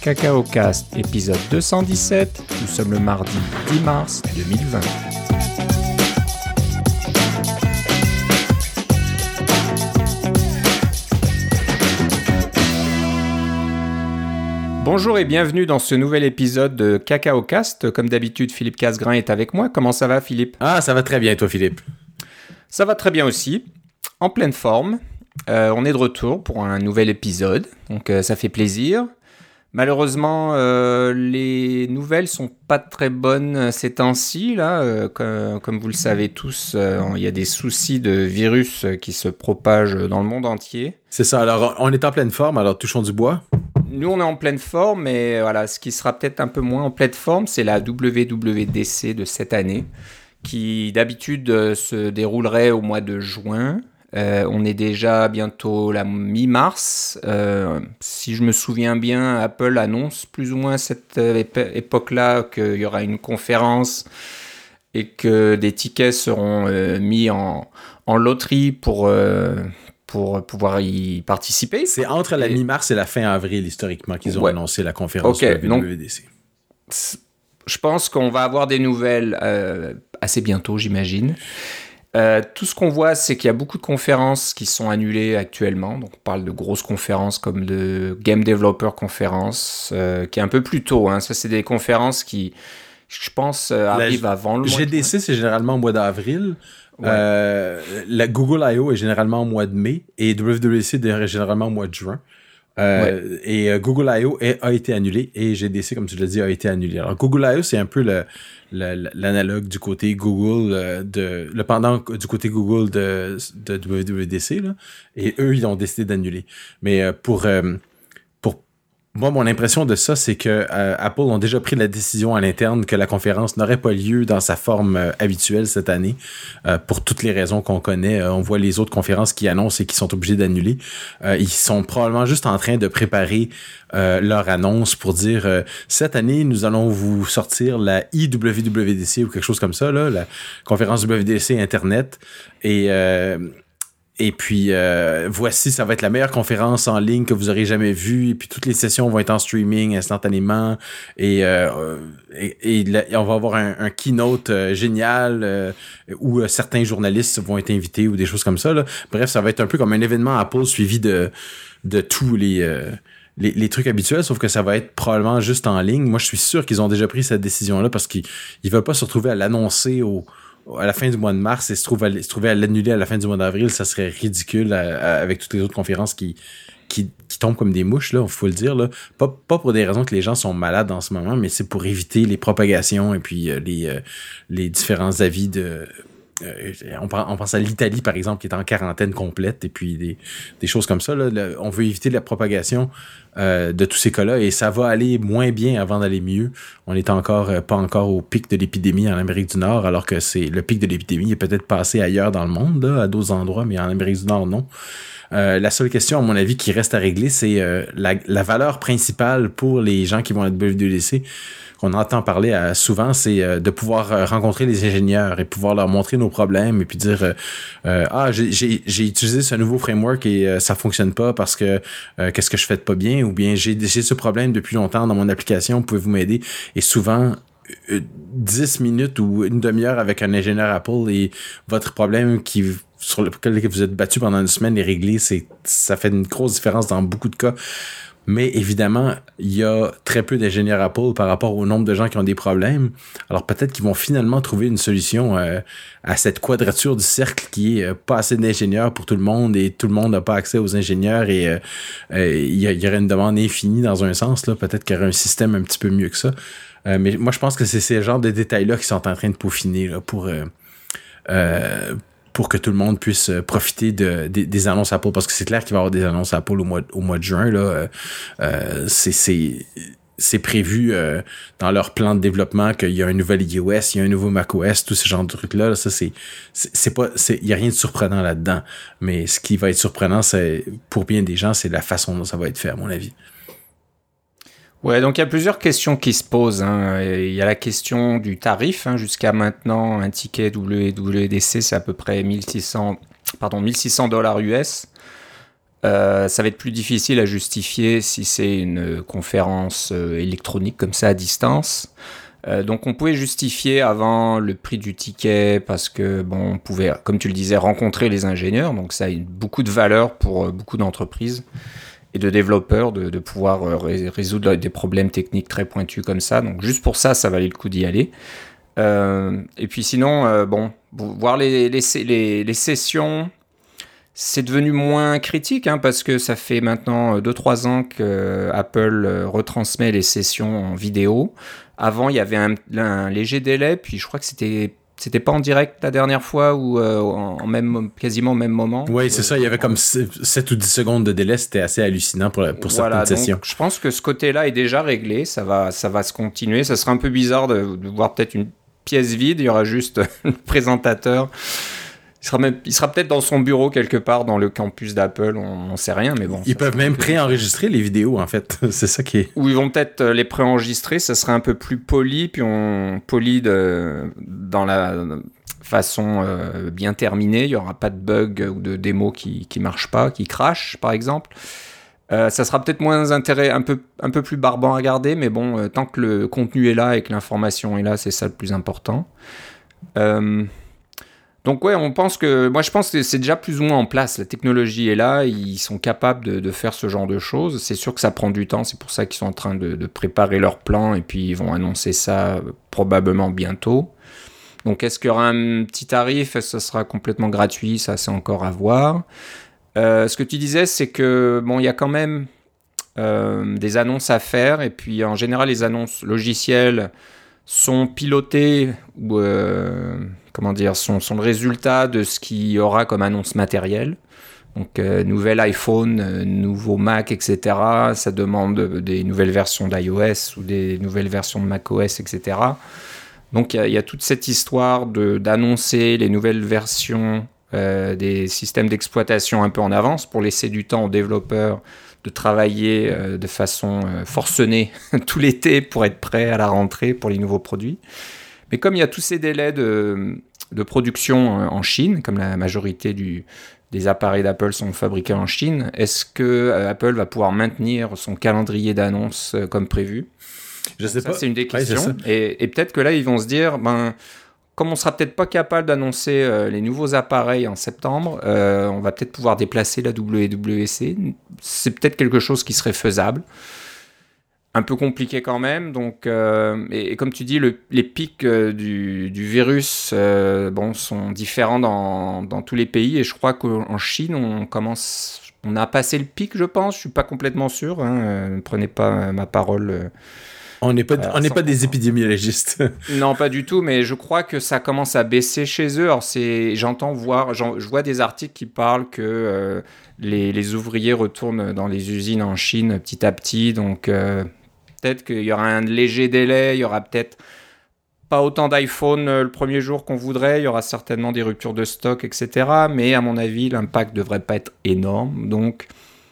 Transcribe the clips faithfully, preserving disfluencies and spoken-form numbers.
CacaoCast, épisode deux cent dix-sept. Nous sommes le mardi dix mars deux mille vingt. Bonjour et bienvenue dans ce nouvel épisode de CacaoCast. Comme d'habitude, Philippe Casgrain est avec moi. Comment ça va, Philippe ? Ah, ça va très bien, toi, Philippe. Ça va très bien aussi. En pleine forme. Euh, on est de retour pour un nouvel épisode, donc euh, ça fait plaisir. Malheureusement, euh, les nouvelles sont pas très bonnes ces temps-ci. Là, euh, comme, comme vous le savez tous, euh, il y a des soucis de virus qui se propagent dans le monde entier. C'est ça. Alors, on est en pleine forme. Alors, touchons du bois. Nous, on est en pleine forme, mais voilà, ce qui sera peut-être un peu moins en pleine forme, c'est la W W D C de cette année, qui d'habitude euh, se déroulerait au mois de juin. Euh, on est déjà bientôt la mi-mars. Euh, si je me souviens bien, Apple annonce plus ou moins à cette ép- époque-là qu'il y aura une conférence et que des tickets seront euh, mis en, en loterie pour, euh, pour pouvoir y participer. C'est entre la et... mi-mars et la fin avril, historiquement, qu'ils ont ouais. annoncé la conférence okay, de la W W D C. Donc, je pense qu'on va avoir des nouvelles euh, assez bientôt, j'imagine. Euh, tout ce qu'on voit, c'est qu'il y a beaucoup de conférences qui sont annulées actuellement. Donc, on parle de grosses conférences comme le Game Developer Conference, euh, qui est un peu plus tôt. Hein. Ça, c'est des conférences qui, je pense, euh, arrivent la, avant le mois G D C, c'est généralement au mois d'avril. Ouais. Euh, la Google I O est généralement au mois de mai et W W D C est généralement au mois de juin. Euh, ouais. Et euh, Google I O est, a été annulé et G D C, comme tu l'as dit, a été annulé. Alors, Google I O, c'est un peu le, le, l'analogue du côté Google, euh, de, le pendant du côté Google de, de W W D C, là. Et eux, ils ont décidé d'annuler. Mais euh, pour... Euh, Moi, mon impression de ça, c'est que euh, Apple ont déjà pris la décision à l'interne que la conférence n'aurait pas lieu dans sa forme euh, habituelle cette année, euh, pour toutes les raisons qu'on connaît. Euh, on voit les autres conférences qui annoncent et qui sont obligés d'annuler. Euh, ils sont probablement juste en train de préparer euh, leur annonce pour dire euh, cette année, nous allons vous sortir la I W W D C ou quelque chose comme ça, là, la conférence W W D C Internet. Et... Euh, Et puis, euh, voici, ça va être la meilleure conférence en ligne que vous aurez jamais vue. Et puis, toutes les sessions vont être en streaming instantanément. Et, euh, et, et, là, on va avoir un, un keynote euh, génial euh, où euh, certains journalistes vont être invités ou des choses comme ça, là. Bref, ça va être un peu comme un événement Apple suivi de, de tous les... Euh, Les, les trucs habituels, sauf que ça va être probablement juste en ligne. Moi, je suis sûr qu'ils ont déjà pris cette décision-là parce qu'ils ils veulent pas se retrouver à l'annoncer au, à la fin du mois de mars et se trouver à, se trouver à l'annuler à la fin du mois d'avril. Ça serait ridicule à, à, avec toutes les autres conférences qui, qui, qui tombent comme des mouches, là, il faut le dire. Là. Pas, pas pour des raisons que les gens sont malades en ce moment, mais c'est pour éviter les propagations et puis euh, les, euh, les différents avis de... Euh, on, on pense à l'Italie, par exemple, qui est en quarantaine complète, et puis des, des choses comme ça. Là, le, on veut éviter la propagation euh, de tous ces cas-là, et ça va aller moins bien avant d'aller mieux. On n'est encore euh, pas encore au pic de l'épidémie en Amérique du Nord, alors que c'est le pic de l'épidémie est peut-être passé ailleurs dans le monde, là, à d'autres endroits, mais en Amérique du Nord, non. Euh, la seule question, à mon avis, qui reste à régler, c'est euh, la, la valeur principale pour les gens qui vont à W W D C, qu'on entend parler euh, souvent, c'est euh, de pouvoir euh, rencontrer les ingénieurs et pouvoir leur montrer nos problèmes et puis dire euh, euh, ah j'ai, j'ai, j'ai utilisé ce nouveau framework et euh, ça fonctionne pas parce que euh, qu'est-ce que je fais de pas bien, ou bien j'ai, j'ai ce problème depuis longtemps dans mon application, pouvez-vous m'aider? Et souvent euh, dix minutes ou une demi-heure avec un ingénieur Apple et votre problème qui sur lequel vous êtes battu pendant une semaine est réglé, c'est ça fait une grosse différence dans beaucoup de cas. Mais évidemment, il y a très peu d'ingénieurs Apple par rapport au nombre de gens qui ont des problèmes. Alors peut-être qu'ils vont finalement trouver une solution euh, à cette quadrature du cercle qui est euh, pas assez d'ingénieurs pour tout le monde et tout le monde n'a pas accès aux ingénieurs et euh, euh, il y, y aurait une demande infinie dans un sens. Là. Peut-être qu'il y aurait un système un petit peu mieux que ça. Euh, mais moi, je pense que c'est ces genres de détails-là qui sont en train de peaufiner là, pour... Euh, euh, pour que tout le monde puisse profiter de, de, des annonces Apple, parce que c'est clair qu'il va y avoir des annonces Apple au mois, au mois de juin. Là. Euh, c'est, c'est, c'est prévu euh, dans leur plan de développement qu'il y a un nouvel iOS, il y a un nouveau macOS, tout ce genre de trucs-là. Là, ça, c'est, c'est, c'est pas, c'est, il y a rien de surprenant là-dedans. Mais ce qui va être surprenant, c'est, pour bien des gens, c'est la façon dont ça va être fait, à mon avis. Ouais, donc il y a plusieurs questions qui se posent. Hein. Il y a la question du tarif. Hein. Jusqu'à maintenant, un ticket W W D C, c'est à peu près mille six cents, pardon, mille six cents dollars U S. Euh, ça va être plus difficile à justifier si c'est une conférence euh, électronique comme ça à distance. Euh, donc on pouvait justifier avant le prix du ticket parce que bon, on pouvait, comme tu le disais, rencontrer les ingénieurs. Donc ça a une, beaucoup de valeur pour euh, beaucoup d'entreprises et de développeurs de, de pouvoir euh, ré- résoudre des problèmes techniques très pointus comme ça. Donc juste pour ça, ça valait le coup d'y aller. Euh, et puis sinon, euh, bon, voir les, les, les, les sessions, c'est devenu moins critique hein, parce que ça fait maintenant deux trois ans que euh, Apple euh, retransmet les sessions en vidéo. Avant, il y avait un, un léger délai, puis je crois que c'était c'était pas en direct la dernière fois ou euh, en, en même quasiment au même moment. Oui, c'est ça. Il y avait comme sept ou dix secondes de délai. C'était assez hallucinant pour, pour voilà, certaines donc, sessions. Je pense que ce côté-là est déjà réglé. Ça va, ça va se continuer. Ça sera un peu bizarre de, de voir peut-être une pièce vide. Il y aura juste le présentateur. Il sera, même, il sera peut-être dans son bureau quelque part dans le campus d'Apple, on n'en sait rien, mais bon. Ils peuvent même préenregistrer les vidéos, en fait. C'est ça qui est... Ou ils vont peut-être les préenregistrer, ça serait un peu plus poli, puis on poli de, dans la façon euh, bien terminée. Il n'y aura pas de bugs ou de démos qui ne marchent pas, qui crashent, par exemple. Euh, ça sera peut-être moins intérêt, un peu, un peu plus barbant à regarder, mais bon, euh, tant que le contenu est là et que l'information est là, c'est ça le plus important. Euh... Donc ouais, on pense que, moi je pense que c'est déjà plus ou moins en place, la technologie est là, ils sont capables de, de faire ce genre de choses, c'est sûr que ça prend du temps, c'est pour ça qu'ils sont en train de, de préparer leur plan et puis ils vont annoncer ça probablement bientôt. Donc est-ce qu'il y aura un petit tarif, ce sera complètement gratuit, ça c'est encore à voir. Euh, ce que tu disais c'est que bon, il y a quand même euh, des annonces à faire et puis en général les annonces logicielles sont pilotées ou euh, comment dire, sont, sont le résultat de ce qu'il y aura comme annonce matérielle. Donc, euh, nouvel iPhone, euh, nouveau Mac, et cetera. Ça demande des nouvelles versions d'iOS ou des nouvelles versions de macOS, et cetera. Donc, il y, y a toute cette histoire de, d'annoncer les nouvelles versions euh, des systèmes d'exploitation un peu en avance pour laisser du temps aux développeurs de travailler euh, de façon euh, forcenée tout l'été pour être prêt à la rentrée pour les nouveaux produits. Mais comme il y a tous ces délais de, de production en Chine, comme la majorité du, des appareils d'Apple sont fabriqués en Chine, est-ce que euh, Apple va pouvoir maintenir son calendrier d'annonce euh, comme prévu ? Je sais ça, pas. c'est une des questions. Ouais, et, et peut-être que là, ils vont se dire, ben, comme on sera peut-être pas capable d'annoncer euh, les nouveaux appareils en septembre, euh, on va peut-être pouvoir déplacer la W W D C. C'est peut-être quelque chose qui serait faisable. Un peu compliqué quand même, donc euh, et, et comme tu dis, le, les pics euh, du, du virus euh, bon, sont différents dans, dans tous les pays, et je crois qu'en Chine, on commence, on a passé le pic, je pense, je suis pas complètement sûr, hein, euh, ne prenez pas ma parole. Euh, on n'est pas, euh, on n'est pas des épidémiologistes. Non, pas du tout, mais je crois que ça commence à baisser chez eux. Alors c'est, j'entends voir, j'en, je vois des articles qui parlent que euh, les, les ouvriers retournent dans les usines en Chine petit à petit, donc euh, peut-être qu'il y aura un léger délai, il y aura peut-être pas autant d'iPhone le premier jour qu'on voudrait, il y aura certainement des ruptures de stock, et cetera. Mais à mon avis, l'impact devrait pas être énorme. Donc,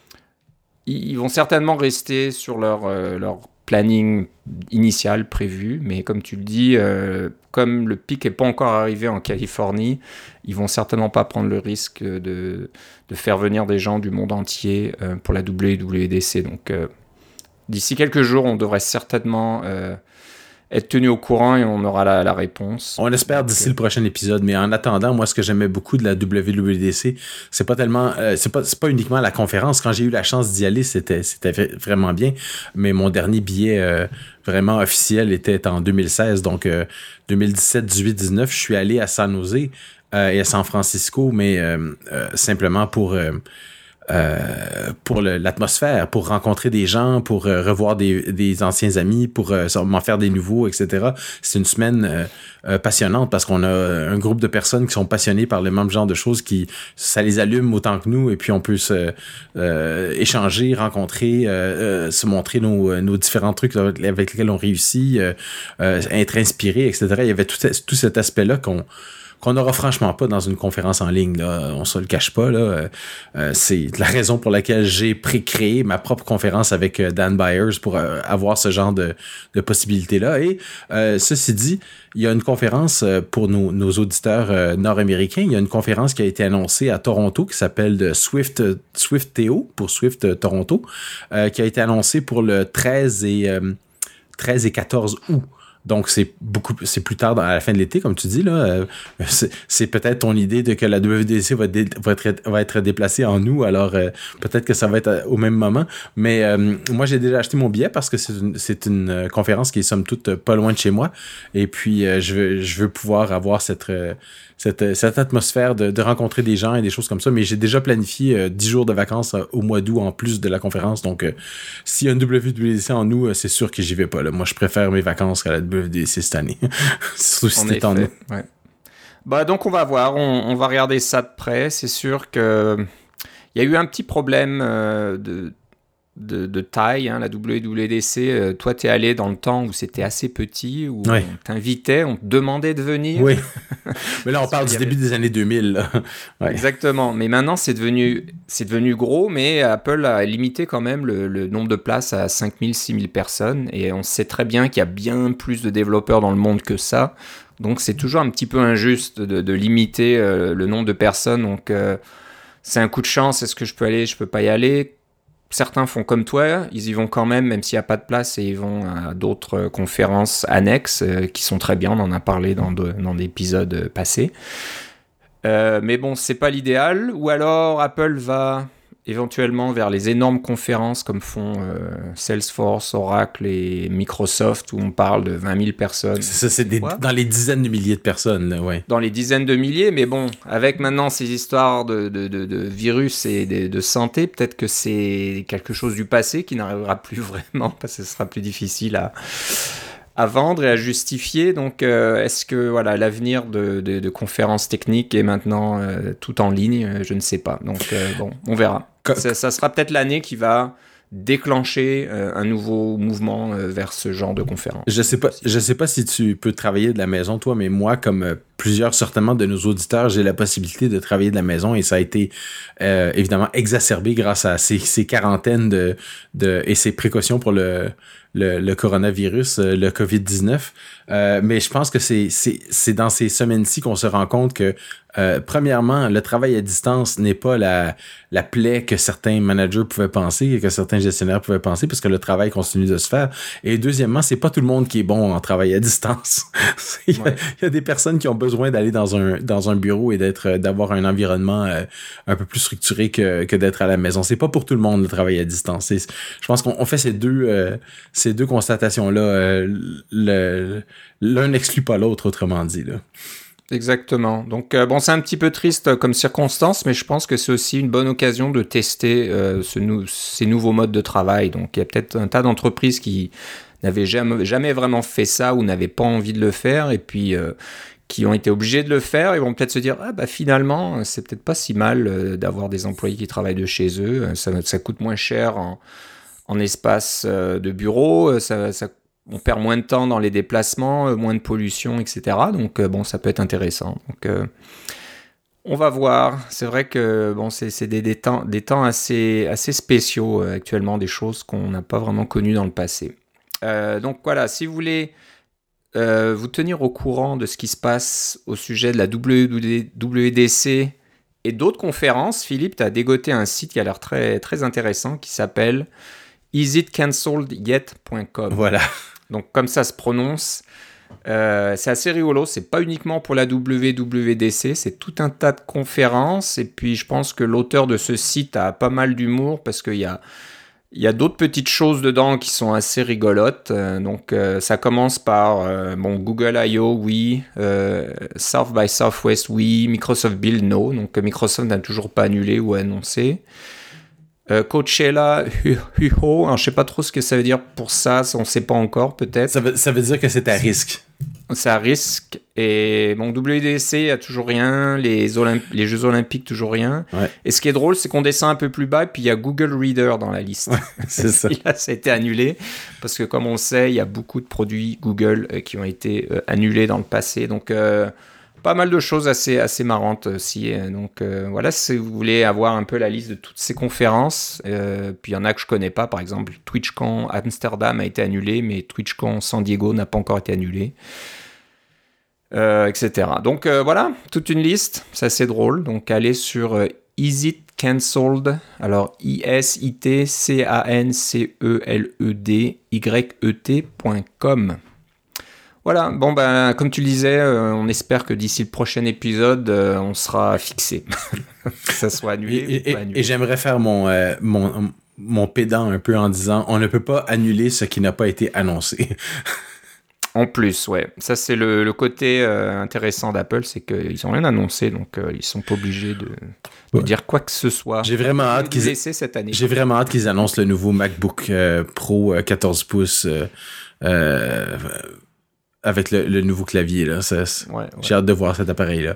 ils vont certainement rester sur leur, euh, leur planning initial prévu. Mais comme tu le dis, euh, comme le pic n'est pas encore arrivé en Californie, ils vont certainement pas prendre le risque de, de faire venir des gens du monde entier euh, pour la W W D C. Donc, euh, d'ici quelques jours, on devrait certainement euh, être tenu au courant et on aura la, la réponse. On espère d'ici okay. le prochain épisode, mais en attendant, moi, ce que j'aimais beaucoup de la W W D C, c'est pas tellement, euh, c'est pas, c'est pas uniquement la conférence. Quand j'ai eu la chance d'y aller, c'était, c'était vraiment bien. Mais mon dernier billet euh, vraiment officiel était en deux mille seize, donc euh, deux mille dix-sept, dix-huit, dix-neuf. Je suis allé à San Jose euh, et à San Francisco, mais euh, euh, simplement pour euh, Euh, pour le, l'atmosphère, pour rencontrer des gens, pour euh, revoir des, des anciens amis, pour euh, m'en faire des nouveaux, et cetera. C'est une semaine euh, euh, passionnante parce qu'on a un groupe de personnes qui sont passionnées par le même genre de choses, qui ça les allume autant que nous, et puis on peut se euh, échanger, rencontrer, euh, euh, se montrer nos, nos différents trucs avec lesquels on réussit, euh, euh, être inspiré, et cetera. Il y avait tout, tout cet aspect-là qu'on qu'on n'aura franchement pas dans une conférence en ligne, là. On se le cache pas, là. Euh, c'est la raison pour laquelle j'ai pré-créé ma propre conférence avec Dan Byers pour euh, avoir ce genre de, de possibilités-là. Et euh, ceci dit, il y a une conférence pour nos, nos auditeurs euh, nord-américains. Il y a une conférence qui a été annoncée à Toronto qui s'appelle de Swift, Swift T O, pour Swift euh, Toronto, euh, qui a été annoncée pour le treize et, euh, treize et quatorze août. Donc, c'est beaucoup, c'est plus tard dans, à la fin de l'été, comme tu dis, là. Euh, c'est, c'est peut-être ton idée de que la W W D C va, dé, va, être, va être déplacée en août, alors euh, peut-être que ça va être au même moment. Mais euh, moi, j'ai déjà acheté mon billet parce que c'est une, c'est une conférence qui est somme toute pas loin de chez moi. Et puis, euh, je veux, je veux pouvoir avoir cette, euh, cette, cette atmosphère de, de rencontrer des gens et des choses comme ça. Mais j'ai déjà planifié euh, dix jours de vacances euh, au mois d'août en plus de la conférence. Donc, euh, s'il y a une W W D C en août, euh, c'est sûr que j'y vais pas, là. Moi, je préfère mes vacances qu'à la W W D C cette année. Surtout si c'était en août. Ouais. Bah, donc, on va voir. On, on va regarder ça de près. C'est sûr que il y a eu un petit problème euh, de, de, de taille, hein, la W W D C. Euh, toi, tu es allé dans le temps où c'était assez petit, où ouais. on t'invitait, on te demandait de venir. Oui. Mais là, on parle du début des années deux mille. Là. Ouais. Exactement. Mais maintenant, c'est devenu, c'est devenu gros, mais Apple a limité quand même le, le nombre de places à cinq mille, six mille personnes. Et on sait très bien qu'il y a bien plus de développeurs dans le monde que ça. Donc, c'est toujours un petit peu injuste de, de limiter euh, le nombre de personnes. Donc, euh, c'est un coup de chance. Est-ce que je peux aller? Je peux pas y aller. Certains font comme toi, ils y vont quand même, même s'il n'y a pas de place, et ils vont à d'autres conférences annexes euh, qui sont très bien, on en a parlé dans, de, dans des épisodes passés. Euh, mais bon, c'est pas l'idéal. Ou alors Apple va éventuellement vers les énormes conférences comme font euh, Salesforce, Oracle et Microsoft, où on parle de vingt mille personnes. C'est ça, c'est des, dans les dizaines de milliers de personnes, là, ouais. Dans les dizaines de milliers, mais bon, avec maintenant ces histoires de, de, de, de virus et de, de santé, peut-être que c'est quelque chose du passé qui n'arrivera plus vraiment, parce que ce sera plus difficile à... à vendre et à justifier. Donc, euh, est-ce que voilà, l'avenir de, de, de conférences techniques est maintenant euh, tout en ligne? Je ne sais pas. Donc, euh, bon, on verra. Ça, ça sera peut-être l'année qui va déclencher euh, un nouveau mouvement euh, vers ce genre de conférence. Je sais pas, je sais pas si tu peux travailler de la maison, toi, mais moi, comme euh, plusieurs certainement de nos auditeurs, j'ai la possibilité de travailler de la maison et ça a été euh, évidemment exacerbé grâce à ces, ces quarantaines de, de et ces précautions pour le Le, le coronavirus, le covid dix-neuf. Euh, mais je pense que c'est, c'est, c'est dans ces semaines-ci qu'on se rend compte que, euh, premièrement, le travail à distance n'est pas la, la plaie que certains managers pouvaient penser et que certains gestionnaires pouvaient penser, parce que le travail continue de se faire. Et deuxièmement, c'est pas tout le monde qui est bon en travail à distance. il, y a, ouais. il y a des personnes qui ont besoin d'aller dans un, dans un bureau et d'être, d'avoir un environnement euh, un peu plus structuré que, que d'être à la maison. C'est pas pour tout le monde le travail à distance. C'est, je pense qu'on on fait ces deux, euh, ces deux constatations-là, euh, le, l'un n'exclut pas l'autre, autrement dit, là. Exactement. Donc, euh, bon, c'est un petit peu triste comme circonstance, mais je pense que c'est aussi une bonne occasion de tester euh, ce nou- ces nouveaux modes de travail. Donc, il y a peut-être un tas d'entreprises qui n'avaient jamais, jamais vraiment fait ça ou n'avaient pas envie de le faire, et puis euh, qui ont été obligés de le faire. Ils vont peut-être se dire, ah bah finalement, c'est peut-être pas si mal euh, d'avoir des employés qui travaillent de chez eux. Ça, ça coûte moins cher en en espace euh, de bureau, ça, ça, on perd moins de temps dans les déplacements, euh, moins de pollution, et cetera. Donc, euh, bon, ça peut être intéressant. Donc, euh, on va voir. C'est vrai que bon, c'est, c'est des, des, temps, des temps assez, assez spéciaux euh, actuellement, des choses qu'on n'a pas vraiment connues dans le passé. Euh, donc, voilà, si vous voulez euh, vous tenir au courant de ce qui se passe au sujet de la W W D C et d'autres conférences, Philippe, tu as dégoté un site qui a l'air très, très intéressant qui s'appelle is it cancelled yet point com. Voilà. Donc, comme ça se prononce, euh, c'est assez rigolo. C'est pas uniquement pour la W W D C, c'est tout un tas de conférences. Et puis, je pense que l'auteur de ce site a pas mal d'humour parce qu'il y a, il y a d'autres petites choses dedans qui sont assez rigolotes. Euh, donc, euh, ça commence par euh, bon, Google I O, oui. Euh, South by Southwest, oui. Microsoft Build, no. Donc, Microsoft n'a toujours pas annulé ou annoncé. Euh, Coachella, Huho, alors je sais pas trop ce que ça veut dire pour ça, on sait pas encore peut-être. Ça veut, ça veut dire que c'est à risque. C'est à risque, et bon, W W D C, il y a toujours rien, les, Olymp- les Jeux Olympiques, toujours rien. Ouais. Et ce qui est drôle, c'est qu'on descend un peu plus bas, et puis il y a Google Reader dans la liste. Ouais, c'est ça. Là, ça a été annulé, parce que comme on le sait, il y a beaucoup de produits Google euh, qui ont été euh, annulés dans le passé, donc... Euh, pas mal de choses assez, assez marrantes aussi. Donc euh, voilà, si vous voulez avoir un peu la liste de toutes ces conférences, euh, puis il y en a que je connais pas, par exemple TwitchCon Amsterdam a été annulé, mais TwitchCon San Diego n'a pas encore été annulé, euh, et cetera. Donc euh, voilà, toute une liste, c'est assez drôle. Donc allez sur euh, Is It Cancelled, alors I S I T C A N C E L E D Y E T point com. Voilà, bon ben comme tu le disais, euh, on espère que d'ici le prochain épisode, euh, on sera fixé. Que ça soit annulé et, ou pas et, annulé. Et j'aimerais faire mon, euh, mon, mon pédant un peu en disant on ne peut pas annuler ce qui n'a pas été annoncé. En plus, ouais. Ça, c'est le, le côté euh, intéressant d'Apple, c'est qu'ils n'ont rien annoncé, donc euh, ils sont pas obligés de, de ouais. dire quoi que ce soit. J'ai vraiment hâte qu'ils laisser cette année. J'ai vraiment hâte qu'ils annoncent le nouveau MacBook euh, Pro euh, quatorze pouces euh, euh, avec le, le nouveau clavier. Là. Ça, ouais, ouais. J'ai hâte de voir cet appareil-là.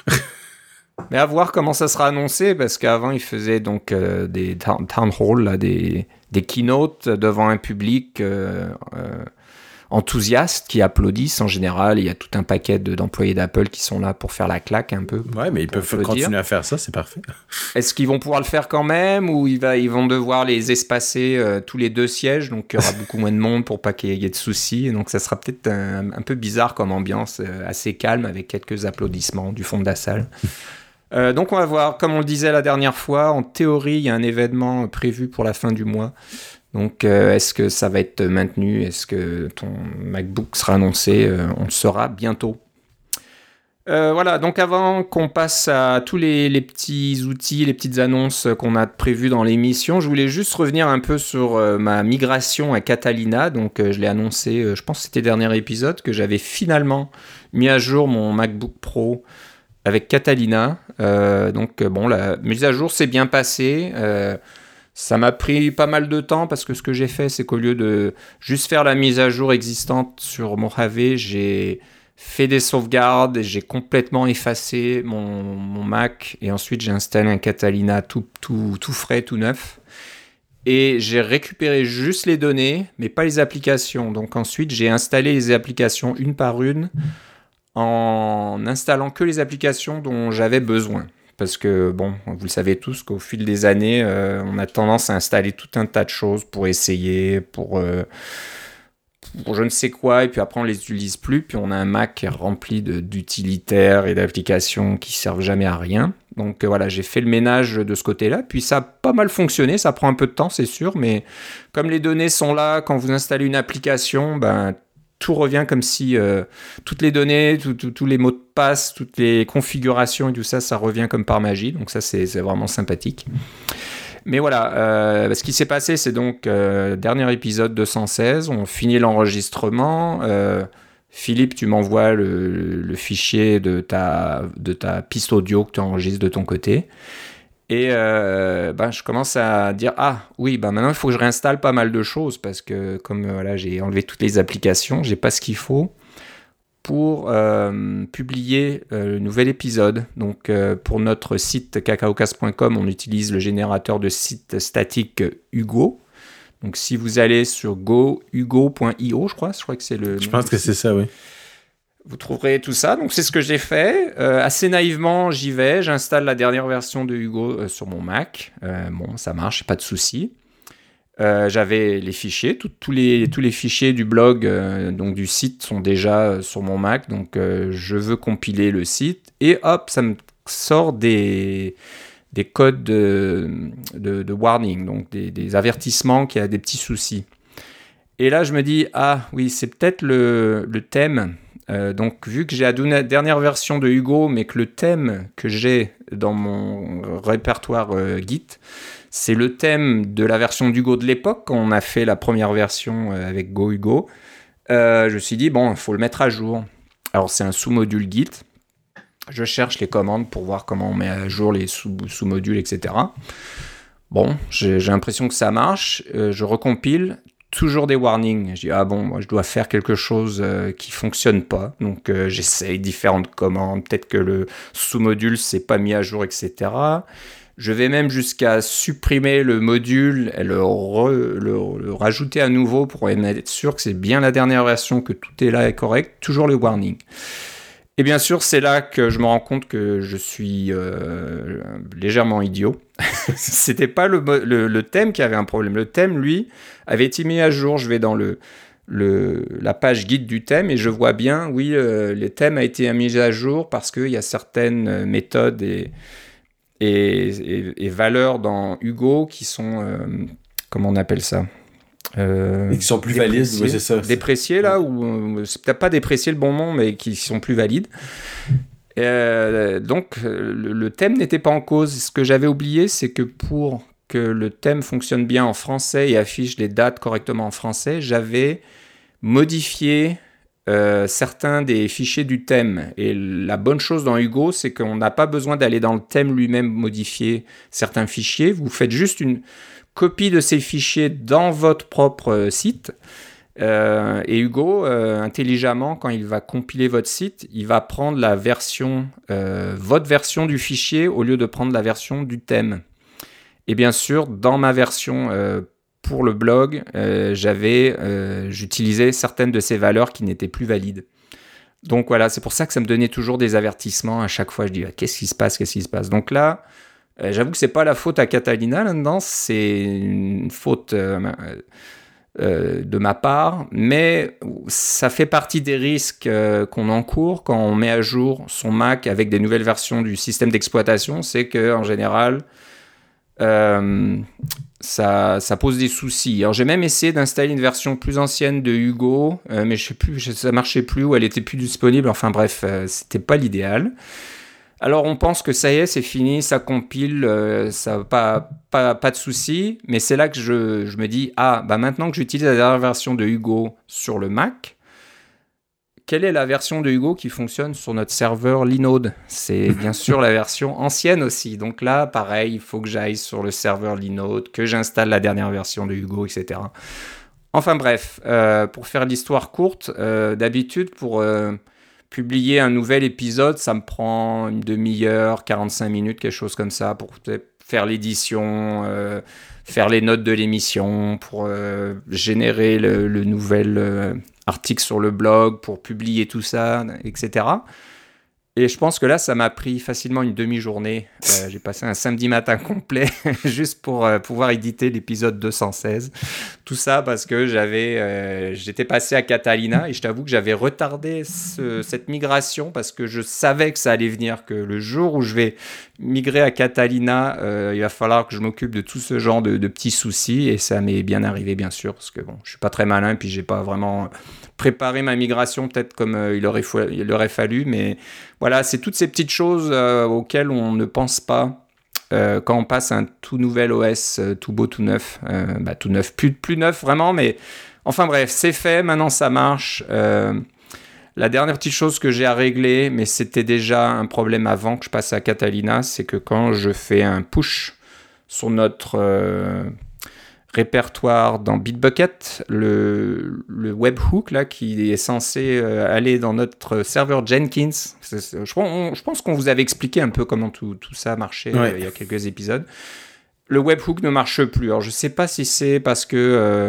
Mais à voir comment ça sera annoncé, parce qu'avant, ils faisaient donc euh, des town, town hall, là, des, des keynotes devant un public euh, euh, enthousiaste qui applaudissent en général. Il y a tout un paquet de, d'employés d'Apple qui sont là pour faire la claque un peu. Ouais, mais ils peuvent applaudir. Continuer à faire ça, c'est parfait. Est-ce qu'ils vont pouvoir le faire quand même, ou ils, va, ils vont devoir les espacer euh, tous les deux sièges, donc il y aura beaucoup moins de monde pour pas qu'il y ait de soucis. Donc ça sera peut-être un, un peu bizarre comme ambiance, euh, assez calme avec quelques applaudissements du fond de la salle. Euh, donc on va voir, comme on le disait la dernière fois, en théorie il y a un événement prévu pour la fin du mois. Donc euh, est-ce que ça va être maintenu? Est-ce que ton MacBook sera annoncé? euh, On le saura bientôt. Euh, voilà, donc avant qu'on passe à tous les, les petits outils, les petites annonces qu'on a prévues dans l'émission, je voulais juste revenir un peu sur euh, ma migration à Catalina. Donc euh, je l'ai annoncé, euh, je pense que c'était le dernier épisode, que j'avais finalement mis à jour mon MacBook Pro avec Catalina. Euh, donc bon, la mise à jour s'est bien passée. Euh, ça m'a pris pas mal de temps parce que ce que j'ai fait, c'est qu'au lieu de juste faire la mise à jour existante sur Mojave, j'ai fait des sauvegardes et j'ai complètement effacé mon, mon Mac. Et ensuite, j'ai installé un Catalina tout, tout, tout frais, tout neuf. Et j'ai récupéré juste les données, mais pas les applications. Donc ensuite, j'ai installé les applications une par une, en installant que les applications dont j'avais besoin. Parce que, bon, vous le savez tous, qu'au fil des années, euh, on a tendance à installer tout un tas de choses pour essayer, pour, euh, pour je ne sais quoi, et puis après on les utilise plus, puis on a un Mac rempli de, d'utilitaires et d'applications qui servent jamais à rien. Donc euh, voilà, j'ai fait le ménage de ce côté-là, puis ça a pas mal fonctionné, ça prend un peu de temps, c'est sûr, mais comme les données sont là, quand vous installez une application, ben tout revient comme si euh, toutes les données, tous les mots de passe, toutes les configurations et tout ça, ça revient comme par magie. Donc ça, c'est, c'est vraiment sympathique. Mais voilà, euh, ce qui s'est passé, c'est donc euh, dernier épisode deux cent seize. On finit l'enregistrement. Euh, Philippe, tu m'envoies le, le fichier de ta, de ta piste audio que tu enregistres de ton côté. Et euh, ben, je commence à dire « Ah, oui, ben maintenant, il faut que je réinstalle pas mal de choses parce que comme voilà, j'ai enlevé toutes les applications, j'ai pas ce qu'il faut pour euh, publier euh, le nouvel épisode. » Donc, euh, pour notre site cacaocast point com, on utilise le générateur de site statique Hugo. Donc, si vous allez sur go hugo point io, je crois, je crois que c'est le... Je pense que site. C'est ça, oui. Vous trouverez tout ça. Donc, c'est ce que j'ai fait. Euh, assez naïvement, j'y vais. J'installe la dernière version de Hugo euh, sur mon Mac. Euh, bon, ça marche, pas de souci. Euh, j'avais les fichiers. Tout, tous, les, tous les fichiers du blog, euh, donc du site, sont déjà euh, sur mon Mac. Donc, euh, je veux compiler le site. Et hop, ça me sort des, des codes de, de, de warning, donc des, des avertissements qu'il y a des petits soucis. Et là, je me dis, ah oui, c'est peut-être le, le thème. Euh, donc, vu que j'ai la dernière version de Hugo, mais que le thème que j'ai dans mon répertoire euh, Git, c'est le thème de la version d'Hugo de l'époque, quand on a fait la première version euh, avec Go Hugo, euh, je me suis dit, bon, il faut le mettre à jour. Alors, c'est un sous-module Git. Je cherche les commandes pour voir comment on met à jour les sous- sous-modules, et cetera. Bon, j'ai, j'ai l'impression que ça marche. Euh, je recompile. Toujours des warnings. Je dis, ah bon, moi je dois faire quelque chose euh, qui ne fonctionne pas. Donc euh, j'essaye différentes commandes. Peut-être que le sous-module ne s'est pas mis à jour, et cetera. Je vais même jusqu'à supprimer le module et le, re, le, le rajouter à nouveau pour être sûr que c'est bien la dernière version, que tout est là et correct. Toujours le warning. Et bien sûr, c'est là que je me rends compte que je suis euh, légèrement idiot. C'était pas le, le, le thème qui avait un problème. Le thème, lui, avait été mis à jour. Je vais dans le, le, la page guide du thème et je vois bien, oui, euh, le thème a été mis à jour parce qu'il y a certaines méthodes et, et, et, et valeurs dans Hugo qui sont, euh, comment on appelle ça Euh, et qui sont plus valides, oui, c'est ça. Dépréciés, là, ou c'est peut-être pas déprécié le bon nom, mais qui sont plus valides. Euh, donc, le, le thème n'était pas en cause. Ce que j'avais oublié, c'est que pour que le thème fonctionne bien en français et affiche les dates correctement en français, j'avais modifié euh, certains des fichiers du thème. Et la bonne chose dans Hugo, c'est qu'on n'a pas besoin d'aller dans le thème lui-même modifier certains fichiers. Vous faites juste une copie de ces fichiers dans votre propre site. Euh, et Hugo, euh, intelligemment, quand il va compiler votre site, il va prendre la version, euh, votre version du fichier au lieu de prendre la version du thème. Et bien sûr, dans ma version euh, pour le blog, euh, j'avais, euh, j'utilisais certaines de ces valeurs qui n'étaient plus valides. Donc voilà, c'est pour ça que ça me donnait toujours des avertissements à chaque fois. Je dis, ah, qu'est-ce qui se passe, qu'est-ce qui se passe ? Donc là, Euh, j'avoue que c'est pas la faute à Catalina là-dedans, c'est une faute euh, euh, de ma part, mais ça fait partie des risques euh, qu'on encourt quand on met à jour son Mac avec des nouvelles versions du système d'exploitation, c'est qu'en général, euh, ça, ça pose des soucis. Alors j'ai même essayé d'installer une version plus ancienne de Hugo, euh, mais je sais plus, ça marchait plus ou elle était plus disponible, enfin bref, euh, c'était pas l'idéal. Alors on pense que ça y est, c'est fini, ça compile, euh, ça pas pas pas de souci, mais c'est là que je, je me dis ah bah maintenant que j'utilise la dernière version de Hugo sur le Mac, quelle est la version de Hugo qui fonctionne sur notre serveur Linode ? C'est bien sûr la version ancienne aussi. Donc là, pareil, il faut que j'aille sur le serveur Linode, que j'installe la dernière version de Hugo, et cetera. Enfin bref, euh, pour faire l'histoire courte, euh, d'habitude pour euh, publier un nouvel épisode, ça me prend une demi-heure, quarante-cinq minutes, quelque chose comme ça, pour faire l'édition, euh, faire les notes de l'émission, pour euh, générer le, le nouvel euh, article sur le blog, pour publier tout ça, et cetera. Et je pense que là, ça m'a pris facilement une demi-journée. Euh, j'ai passé un samedi matin complet juste pour euh, pouvoir éditer l'épisode deux cent seize. Tout ça parce que j'avais, euh, j'étais passé à Catalina et je t'avoue que j'avais retardé ce, cette migration parce que je savais que ça allait venir, que le jour où je vais migrer à Catalina, euh, il va falloir que je m'occupe de tout ce genre de, de petits soucis et ça m'est bien arrivé, bien sûr, parce que bon, je suis pas très malin et puis j'ai pas vraiment préparé ma migration peut-être comme euh, il, aurait fa- il aurait fallu, mais voilà, c'est toutes ces petites choses euh, auxquelles on ne pense pas euh, quand on passe un tout nouvel O S, euh, tout beau, tout neuf. Euh, bah, tout neuf, plus, plus neuf vraiment, mais enfin bref, c'est fait, maintenant ça marche. Euh, la dernière petite chose que j'ai à régler, mais c'était déjà un problème avant que je passe à Catalina, c'est que quand je fais un push sur notre euh, répertoire dans Bitbucket, le, le webhook là, qui est censé euh, aller dans notre serveur Jenkins. C'est, c'est, je, on, je pense qu'on vous avait expliqué un peu comment tout, tout ça marchait ouais. euh, il y a quelques épisodes. Le webhook ne marche plus. Alors je ne sais pas si c'est parce que euh,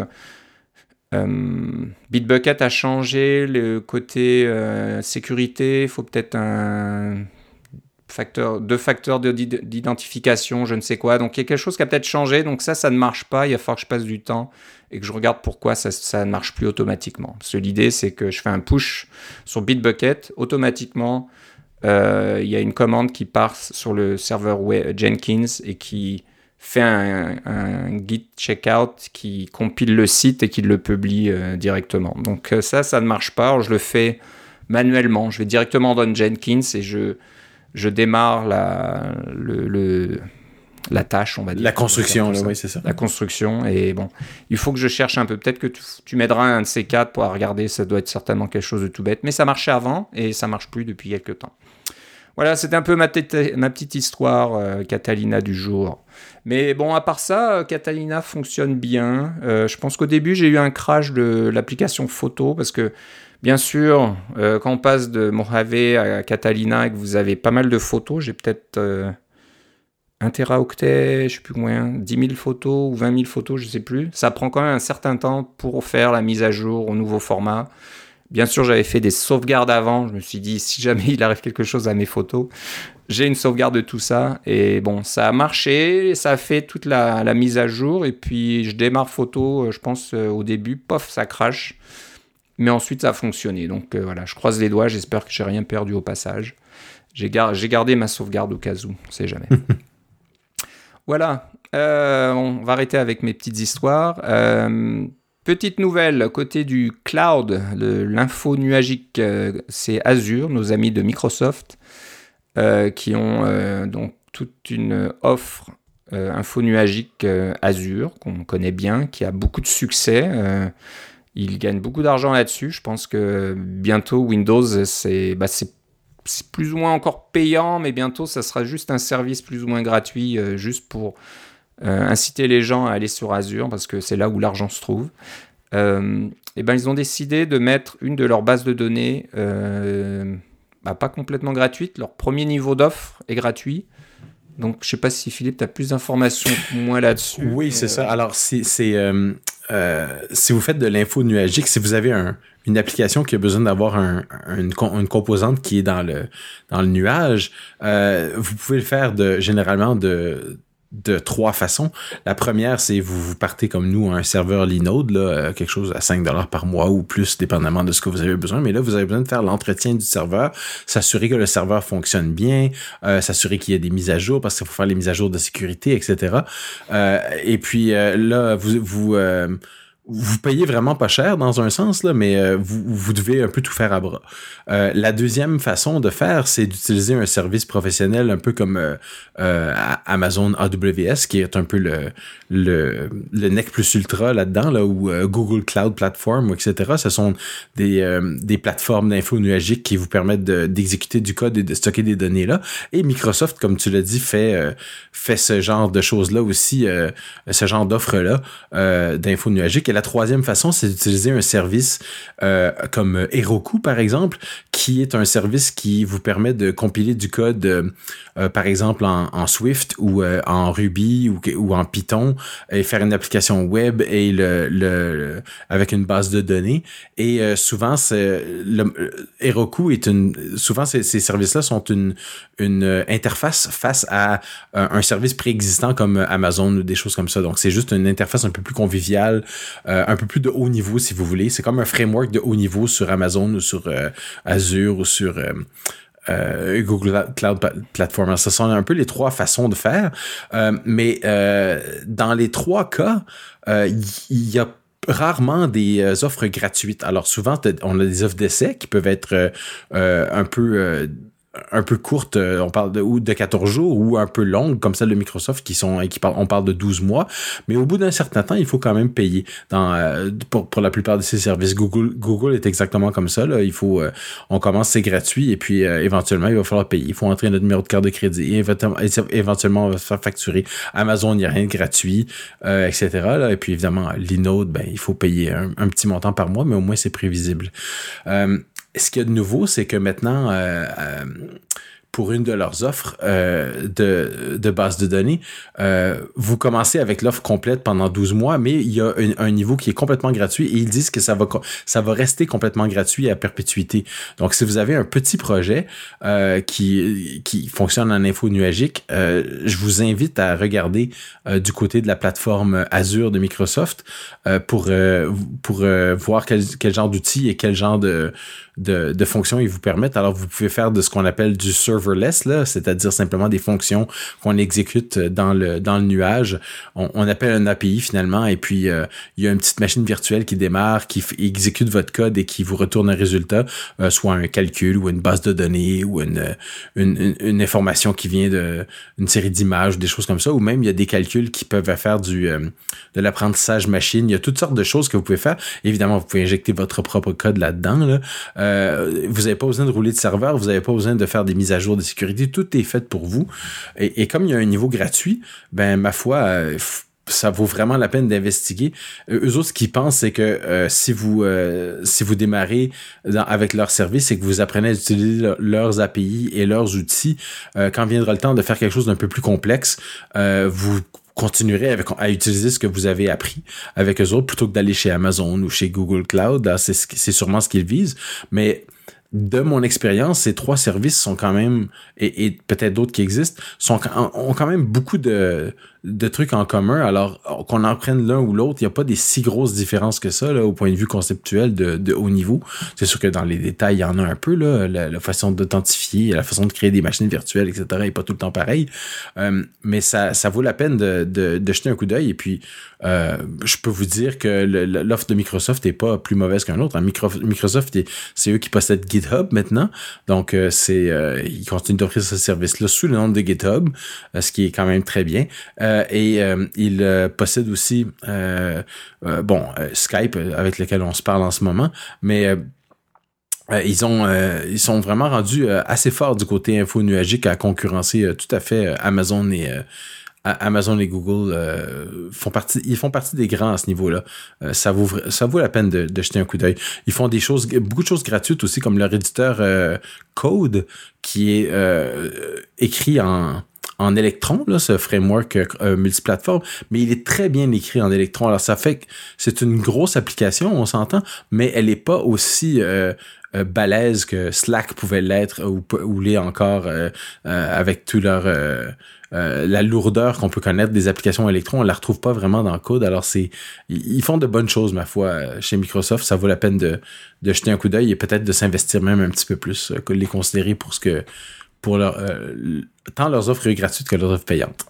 euh, Bitbucket a changé le côté euh, sécurité. Il faut peut-être un... Facteur, deux facteurs de, d'identification, je ne sais quoi. Donc, il y a quelque chose qui a peut-être changé. Donc, ça, ça ne marche pas. Il va falloir que je passe du temps et que je regarde pourquoi ça, ça ne marche plus automatiquement. Parce que l'idée, c'est que je fais un push sur Bitbucket. Automatiquement, euh, il y a une commande qui part sur le serveur web Jenkins et qui fait un, un git checkout qui compile le site et qui le publie euh, directement. Donc, ça, ça ne marche pas. Alors, je le fais manuellement. Je vais directement dans Jenkins et je... je démarre la, le, le, la tâche, on va dire. La construction, là, oui, c'est ça. La construction, et bon, il faut que je cherche un peu. Peut-être que tu, tu m'aideras un de ces quatre pour regarder, ça doit être certainement quelque chose de tout bête. Mais ça marchait avant, et ça ne marche plus depuis quelques temps. Voilà, c'était un peu ma, tête, ma petite histoire, euh, Catalina du jour. Mais bon, à part ça, Catalina fonctionne bien. Euh, je pense qu'au début, j'ai eu un crash de l'application photo, parce que bien sûr, euh, quand on passe de Mojave à Catalina et que vous avez pas mal de photos, j'ai peut-être euh, un téraoctet, je ne sais plus combien, dix mille photos ou vingt mille photos, je ne sais plus. Ça prend quand même un certain temps pour faire la mise à jour au nouveau format. Bien sûr, j'avais fait des sauvegardes avant. Je me suis dit, si jamais il arrive quelque chose à mes photos, j'ai une sauvegarde de tout ça. Et bon, ça a marché, ça a fait toute la, la mise à jour. Et puis, je démarre photo, je pense, euh, au début, pof, ça crache. Mais ensuite, ça a fonctionné. Donc euh, voilà, je croise les doigts. J'espère que j'ai rien perdu au passage. J'ai, gar- j'ai gardé ma sauvegarde au cas où, on sait jamais. Voilà, euh, on va arrêter avec mes petites histoires. Euh, petite nouvelle, côté du cloud, de l'info nuagique, euh, c'est Azure, nos amis de Microsoft, euh, qui ont euh, donc toute une offre euh, info nuagique euh, Azure, qu'on connaît bien, qui a beaucoup de succès. Euh, ils gagnent beaucoup d'argent là-dessus. Je pense que bientôt, Windows, c'est... Bah, c'est c'est plus ou moins encore payant, mais bientôt, ça sera juste un service plus ou moins gratuit, euh, juste pour euh, inciter les gens à aller sur Azure, parce que c'est là où l'argent se trouve. Euh, et ben, ils ont décidé de mettre une de leurs bases de données, euh, bah, pas complètement gratuite. Leur premier niveau d'offre est gratuit. Donc, je ne sais pas si Philippe, tu as plus d'informations que moi là-dessus. Oui, c'est euh... ça. Alors, c'est... c'est euh... Euh, si vous faites de l'info nuagique, si vous avez un, une application qui a besoin d'avoir un, un, une, une composante qui est dans le, dans le nuage, euh, vous pouvez le faire de, généralement de, de trois façons. La première, c'est vous, vous partez comme nous à un serveur Linode, là, quelque chose à cinq dollars par mois ou plus, dépendamment de ce que vous avez besoin. Mais là, vous avez besoin de faire l'entretien du serveur, s'assurer que le serveur fonctionne bien, euh, s'assurer qu'il y a des mises à jour parce qu'il faut faire les mises à jour de sécurité, et cetera. Euh, et puis euh, là, vous... vous euh, vous payez vraiment pas cher dans un sens, là, mais euh, vous, vous devez un peu tout faire à bras. Euh, la deuxième façon de faire, c'est d'utiliser un service professionnel un peu comme euh, euh, Amazon A W S, qui est un peu le le, le nec plus ultra là-dedans, là, ou euh, Google Cloud Platform, et cetera. Ce sont des, euh, des plateformes d'info nuagique qui vous permettent de, d'exécuter du code et de stocker des données là. Et Microsoft, comme tu l'as dit, fait euh, fait ce genre de choses-là aussi, euh, ce genre d'offres-là euh, d'info nuagique. Et la troisième façon, c'est d'utiliser un service euh, comme Heroku, par exemple, qui est un service qui vous permet de compiler du code, euh, euh, par exemple, en, en Swift ou euh, en Ruby ou, ou en Python, et faire une application web et le, le, le avec une base de données. Et euh, souvent, c'est, le, Heroku est une... Souvent, ces, ces services-là sont une, une interface face à euh, un service préexistant comme Amazon ou des choses comme ça. Donc, c'est juste une interface un peu plus conviviale, euh, un peu plus de haut niveau, si vous voulez. C'est comme un framework de haut niveau sur Amazon ou sur euh, Azure ou sur euh, euh, Google Cloud Platform. Alors, ce sont un peu les trois façons de faire. Euh, mais euh, dans les trois cas, il euh, y, y a rarement des euh, offres gratuites. Alors souvent, on a des offres d'essai qui peuvent être euh, un peu... Euh, un peu courte, on parle de, ou de quatorze jours, ou un peu longue, comme celle de Microsoft, qui sont, qui parle, on parle de douze mois. Mais au bout d'un certain temps, il faut quand même payer dans, euh, pour, pour la plupart de ces services. Google, Google est exactement comme ça, là. Il faut, euh, on commence, c'est gratuit, et puis, euh, éventuellement, il va falloir payer. Il faut entrer notre numéro de carte de crédit, et éventuellement, on va se faire facturer. Amazon, il n'y a rien de gratuit, euh, et cetera, là. Et puis, évidemment, Linode, ben, il faut payer un, un petit montant par mois, mais au moins, c'est prévisible. Euh, Ce qu'il y a de nouveau, c'est que maintenant, euh, euh, pour une de leurs offres euh, de, de base de données, euh, vous commencez avec l'offre complète pendant douze mois, mais il y a un, un niveau qui est complètement gratuit et ils disent que ça va, ça va rester complètement gratuit à perpétuité. Donc, si vous avez un petit projet euh, qui, qui fonctionne en info nuagique, euh, je vous invite à regarder euh, du côté de la plateforme Azure de Microsoft euh, pour, euh, pour euh, voir quel, quel genre d'outils et quel genre de De, de fonctions ils vous permettent. Alors, vous pouvez faire de ce qu'on appelle du serverless, là, c'est-à-dire simplement des fonctions qu'on exécute dans le dans le nuage. On, on appelle un A P I finalement, et puis euh, il y a une petite machine virtuelle qui démarre, qui f- exécute votre code et qui vous retourne un résultat, euh, soit un calcul ou une base de données ou une une, une, une information qui vient de une série d'images, des choses comme ça, ou même il y a des calculs qui peuvent faire du euh, de l'apprentissage machine. Il y a toutes sortes de choses que vous pouvez faire. Évidemment, vous pouvez injecter votre propre code là-dedans, là. Euh, Euh, vous n'avez pas besoin de rouler de serveur, vous n'avez pas besoin de faire des mises à jour de sécurité, tout est fait pour vous. Et, et comme il y a un niveau gratuit, ben ma foi, euh, ça vaut vraiment la peine d'investiguer. Euh, eux autres, ce qu'ils pensent, c'est que euh, si vous euh, si vous démarrez dans, avec leur service et que vous apprenez à utiliser le, leurs A P I et leurs outils, euh, quand viendra le temps de faire quelque chose d'un peu plus complexe, euh, vous continuerez avec, à utiliser ce que vous avez appris avec eux autres plutôt que d'aller chez Amazon ou chez Google Cloud. Là, c'est, c'est sûrement ce qu'ils visent. Mais de mon expérience, ces trois services sont quand même, et, et peut-être d'autres qui existent, sont, ont quand même beaucoup de, de trucs en commun. Alors, qu'on en prenne l'un ou l'autre, il n'y a pas des si grosses différences que ça, là, au point de vue conceptuel de, de haut niveau. C'est sûr que dans les détails, il y en a un peu, là, la, la façon d'authentifier, la façon de créer des machines virtuelles, et cetera, n'est pas tout le temps pareil. Euh, mais ça, ça vaut la peine de, de, de jeter un coup d'œil. Et puis, euh, je peux vous dire que le, l'offre de Microsoft n'est pas plus mauvaise qu'un autre. Micro, Microsoft, c'est eux qui possèdent GitHub maintenant. Donc, euh, c'est, euh, ils continuent d'offrir ce service-là sous le nom de GitHub, euh, ce qui est quand même très bien. Euh, et euh, ils euh, possèdent aussi, euh, euh, bon, euh, Skype, avec lequel on se parle en ce moment, mais... Euh, Euh, ils ont, euh, ils sont vraiment rendus euh, assez forts du côté info nuagique à concurrencer euh, tout à fait euh, Amazon et euh, Amazon et Google euh, font partie, ils font partie des grands à ce niveau-là. Euh, ça vaut, ça vaut la peine de, de jeter un coup d'œil. Ils font des choses, beaucoup de choses gratuites aussi, comme leur éditeur euh, Code, qui est euh, écrit en en Electron, là, ce framework euh, multiplateforme, mais il est très bien écrit en Electron. Alors, ça fait que c'est une grosse application, on s'entend, mais elle n'est pas aussi euh, euh, balèze que Slack pouvait l'être ou, ou l'est encore euh, euh, avec tout leur... Euh, Euh, la lourdeur qu'on peut connaître des applications Electron, on la retrouve pas vraiment dans le code. Alors c'est, ils font de bonnes choses, ma foi, chez Microsoft. Ça vaut la peine de, de jeter un coup d'œil et peut-être de s'investir même un petit peu plus, que les considérer pour ce que, pour leur, euh, tant leurs offres gratuites que leurs offres payantes.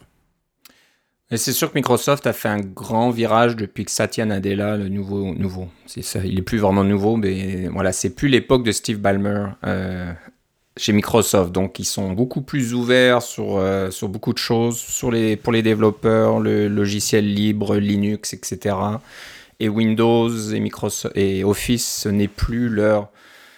Et c'est sûr que Microsoft a fait un grand virage depuis que Satya Nadella, le nouveau, nouveau, c'est ça, il est plus vraiment nouveau, mais voilà, c'est plus l'époque de Steve Ballmer. Euh, chez Microsoft, donc ils sont beaucoup plus ouverts sur, euh, sur beaucoup de choses, sur les, pour les développeurs, le logiciel libre, Linux, et cetera. Et Windows et, Microsoft, et Office, ce n'est plus leur,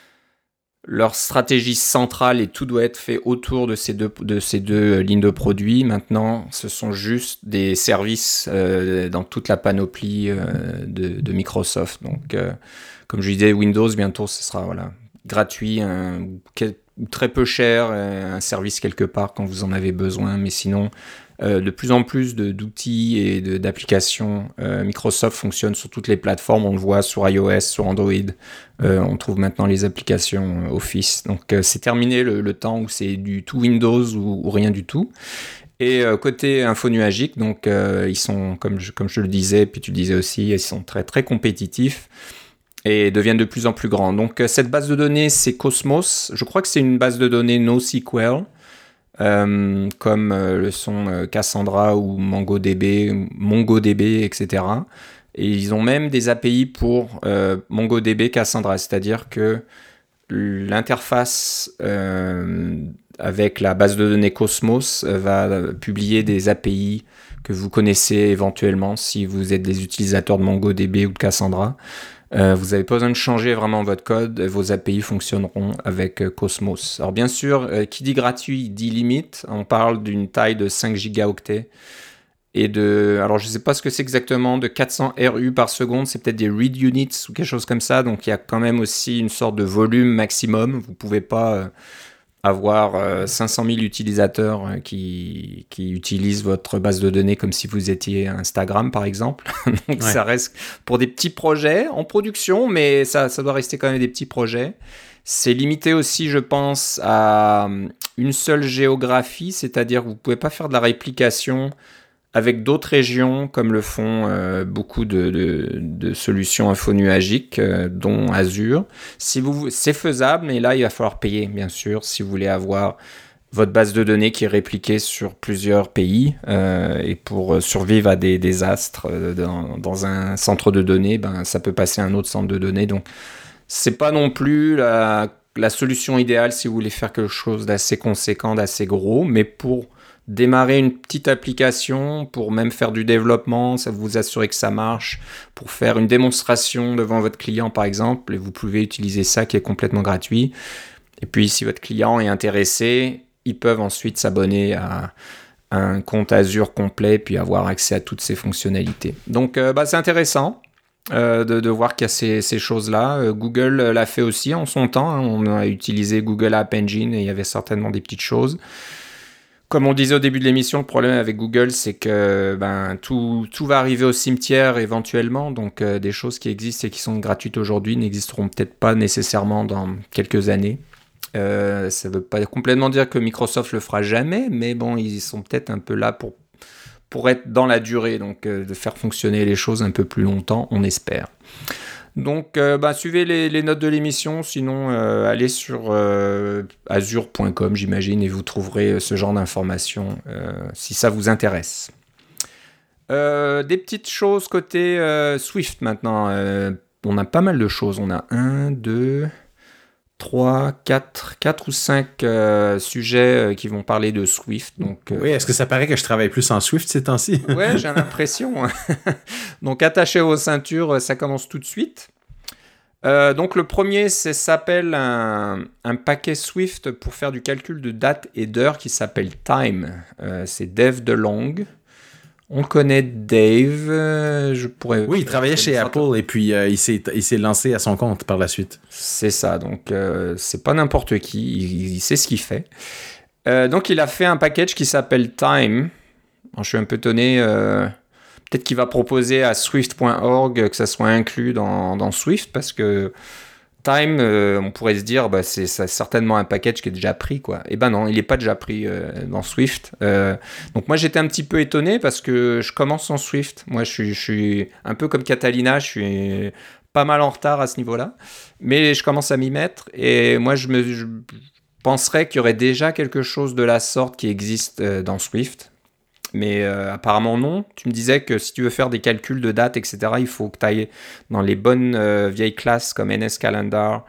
leur stratégie centrale et tout doit être fait autour de ces deux, de ces deux lignes de produits. Maintenant, ce sont juste des services euh, dans toute la panoplie euh, de, de Microsoft. Donc, euh, comme je disais, Windows, bientôt, ce sera voilà, gratuit, un, quel, très peu cher, un service quelque part quand vous en avez besoin, mais sinon euh, de plus en plus de, d'outils et de, d'applications. Euh, Microsoft fonctionne sur toutes les plateformes, on le voit sur iOS, sur Android, euh, on trouve maintenant les applications Office, donc euh, c'est terminé le, le temps où c'est du tout Windows ou, ou rien du tout. Et euh, côté info nuagique, donc euh, ils sont, comme je, comme je le disais, puis tu le disais aussi, ils sont très très compétitifs et deviennent de plus en plus grands. Donc, euh, cette base de données, c'est Cosmos. Je crois que c'est une base de données NoSQL, euh, comme euh, le sont euh, Cassandra ou MongoDB, MongoDB, et cetera. Et ils ont même des A P I pour euh, MongoDB, Cassandra, c'est-à-dire que l'interface euh, avec la base de données Cosmos euh, va publier des A P I que vous connaissez éventuellement si vous êtes des utilisateurs de MongoDB ou de Cassandra. Euh, vous n'avez pas besoin de changer vraiment votre code, vos A P I fonctionneront avec euh, Cosmos. Alors bien sûr, euh, qui dit gratuit dit limite, on parle d'une taille de cinq gigaoctets et de, alors je ne sais pas ce que c'est exactement, de quatre cents R U par seconde, c'est peut-être des read units ou quelque chose comme ça, donc il y a quand même aussi une sorte de volume maximum, vous ne pouvez pas... Euh, avoir euh, cinq cent mille utilisateurs euh, qui, qui utilisent votre base de données comme si vous étiez Instagram, par exemple. Donc, ouais. Ça reste pour des petits projets en production, mais ça, ça doit rester quand même des petits projets. C'est limité aussi, je pense, à une seule géographie, c'est-à-dire que vous ne pouvez pas faire de la réplication avec d'autres régions, comme le font euh, beaucoup de, de, de solutions infonuagiques, euh, dont Azure. Si vous, c'est faisable, mais là, il va falloir payer, bien sûr, si vous voulez avoir votre base de données qui est répliquée sur plusieurs pays. Euh, et pour survivre à des désastres euh, dans, dans un centre de données, ben, ça peut passer à un autre centre de données. Donc, c'est pas non plus la, la solution idéale si vous voulez faire quelque chose d'assez conséquent, d'assez gros, mais pour démarrer une petite application, pour même faire du développement, ça vous assurer que ça marche, pour faire une démonstration devant votre client par exemple, et vous pouvez utiliser ça qui est complètement gratuit. Et puis si votre client est intéressé, ils peuvent ensuite s'abonner à un compte Azure complet, puis avoir accès à toutes ces fonctionnalités. Donc euh, bah, c'est intéressant euh, de, de voir qu'il y a ces, ces choses-là. Euh, Google l'a fait aussi en son temps, hein. On a utilisé Google App Engine et il y avait certainement des petites choses. Comme on disait au début de l'émission, le problème avec Google, c'est que ben, tout, tout va arriver au cimetière éventuellement. Donc, euh, des choses qui existent et qui sont gratuites aujourd'hui n'existeront peut-être pas nécessairement dans quelques années. Euh, ça ne veut pas complètement dire que Microsoft le fera jamais, mais bon, ils sont peut-être un peu là pour, pour être dans la durée, donc euh, de faire fonctionner les choses un peu plus longtemps, on espère. Donc, euh, bah, suivez les, les notes de l'émission, sinon euh, allez sur euh, azure point com, j'imagine, et vous trouverez ce genre d'informations euh, si ça vous intéresse. Euh, des petites choses côté euh, Swift maintenant. Euh, on a pas mal de choses. On a un, deux, trois, quatre, quatre ou cinq euh, sujets euh, qui vont parler de Swift. Donc, euh, oui, est-ce que ça paraît que je travaille plus en Swift ces temps-ci? Ouais, j'ai l'impression. Donc, attachez vos ceintures, ça commence tout de suite. Euh, donc, le premier, ça s'appelle un, un paquet Swift pour faire du calcul de date et d'heure qui s'appelle Time. Euh, c'est Dave DeLong. On connaît Dave. Euh, je pourrais. Oui, il travaillait chez Apple et puis euh, il, s'est, il s'est lancé à son compte par la suite. C'est ça. Donc, euh, c'est pas n'importe qui. Il, il sait ce qu'il fait. Euh, donc, il a fait un package qui s'appelle Time. Alors, je suis un peu étonné. Euh, peut-être qu'il va proposer à Swift point org que ça soit inclus dans, dans Swift parce que Time, euh, on pourrait se dire, bah, c'est, c'est certainement un package qui est déjà pris, quoi. Et ben non, il n'est pas déjà pris euh, dans Swift. Euh, donc moi, j'étais un petit peu étonné parce que je commence en Swift. Moi, je suis, je suis un peu comme Catalina, je suis pas mal en retard à ce niveau-là. Mais je commence à m'y mettre et moi, je me je penserais qu'il y aurait déjà quelque chose de la sorte qui existe euh, dans Swift. Mais euh, apparemment non. Tu me disais que si tu veux faire des calculs de date, et cetera, il faut que tu ailles dans les bonnes euh, vieilles classes comme N S Calendar,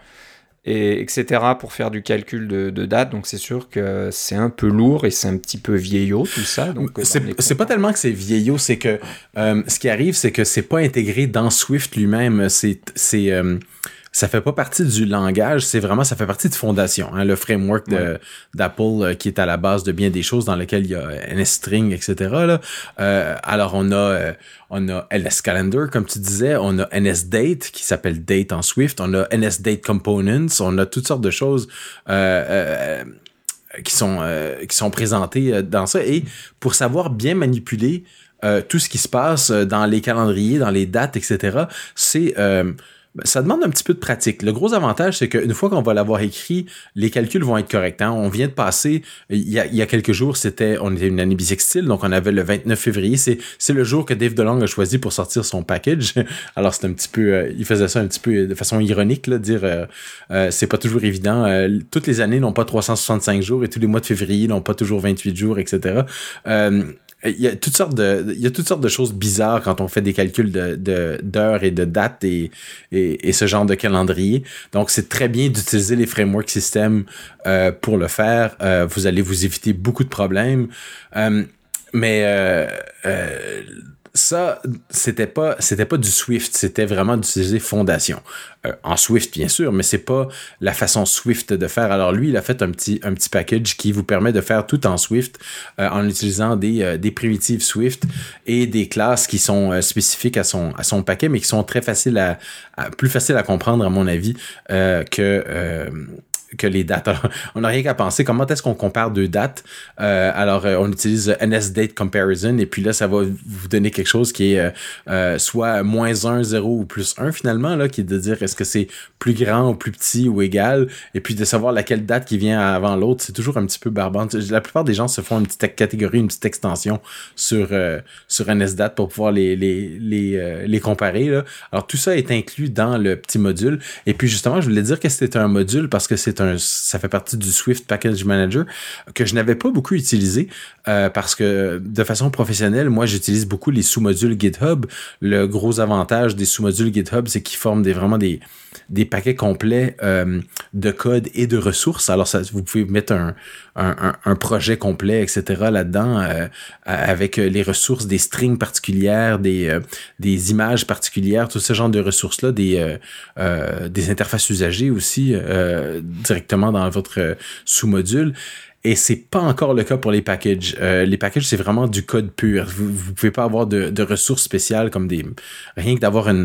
et, etc. pour faire du calcul de, de date. Donc c'est sûr que c'est un peu lourd et c'est un petit peu vieillot tout ça. Donc, c'est, c'est pas tellement que c'est vieillot, c'est que euh, ce qui arrive, c'est que c'est pas intégré dans Swift lui-même. C'est... c'est euh... Ça fait pas partie du langage, c'est vraiment, ça fait partie de Fondation, hein, le framework de, ouais. d'Apple euh, qui est à la base de bien des choses dans lequel il y a N S String, et cetera. Là. Euh, alors on a euh, on a N S Calendar, comme tu disais, on a N S Date qui s'appelle Date en Swift, on a N S Date Components, on a toutes sortes de choses euh, euh, qui sont euh, qui sont présentées dans ça. Et pour savoir bien manipuler euh, tout ce qui se passe dans les calendriers, dans les dates, et cetera, c'est euh, ça demande un petit peu de pratique. Le gros avantage, c'est qu'une fois qu'on va l'avoir écrit, les calculs vont être corrects. Hein? On vient de passer, il y a, il y a quelques jours, c'était, on était une année bissextile, donc on avait le vingt-neuf février. C'est, c'est le jour que Dave DeLong a choisi pour sortir son package. Alors c'est un petit peu, euh, il faisait ça un petit peu de façon ironique, là, dire, euh, euh, c'est pas toujours évident. Euh, toutes les années n'ont pas trois cent soixante-cinq jours et tous les mois de février n'ont pas toujours vingt-huit jours, et cetera. Euh, Il y a toutes sortes de, il y a toutes sortes de choses bizarres quand on fait des calculs de, de, d'heures et de dates et, et, et ce genre de calendrier. Donc, c'est très bien d'utiliser les framework systems, euh, pour le faire. Euh, vous allez vous éviter beaucoup de problèmes. Euh, mais, euh, euh, ça, c'était pas, c'était pas du Swift, c'était vraiment d'utiliser Fondation. Euh, en Swift, bien sûr, mais c'est pas la façon Swift de faire. Alors lui, il a fait un petit, un petit package qui vous permet de faire tout en Swift euh, en utilisant des, euh, des primitives Swift et des classes qui sont euh, spécifiques à son, à son paquet, mais qui sont très faciles à, à plus faciles à comprendre, à mon avis, euh, que euh, que les dates. Alors, on n'a rien qu'à penser comment est-ce qu'on compare deux dates. Euh, alors, euh, on utilise N S Date Comparison et puis là, ça va vous donner quelque chose qui est euh, euh, soit moins un, zéro ou plus un finalement, là, qui est de dire est-ce que c'est plus grand ou plus petit ou égal et puis de savoir laquelle date qui vient avant l'autre. C'est toujours un petit peu barbant. La plupart des gens se font une petite catégorie, une petite extension sur euh, sur N S Date pour pouvoir les les les euh, les comparer, là. Alors, tout ça est inclus dans le petit module. Et puis, justement, je voulais dire que c'était un module parce que c'est Un, ça fait partie du Swift Package Manager que je n'avais pas beaucoup utilisé euh, parce que de façon professionnelle, moi j'utilise beaucoup les sous-modules GitHub. Le gros avantage des sous-modules GitHub, c'est qu'ils forment des, vraiment des, des paquets complets euh, de code et de ressources. Alors ça, vous pouvez mettre un, un, un, un projet complet, et cetera là-dedans euh, avec les ressources, des strings particulières, des, euh, des images particulières, tout ce genre de ressources-là, des, euh, euh, des interfaces usagées aussi euh, directement dans votre sous-module. Et c'est pas encore le cas pour les packages. Euh, les packages, c'est vraiment du code pur. Vous, vous pouvez pas avoir de, de ressources spéciales comme des, rien que d'avoir une,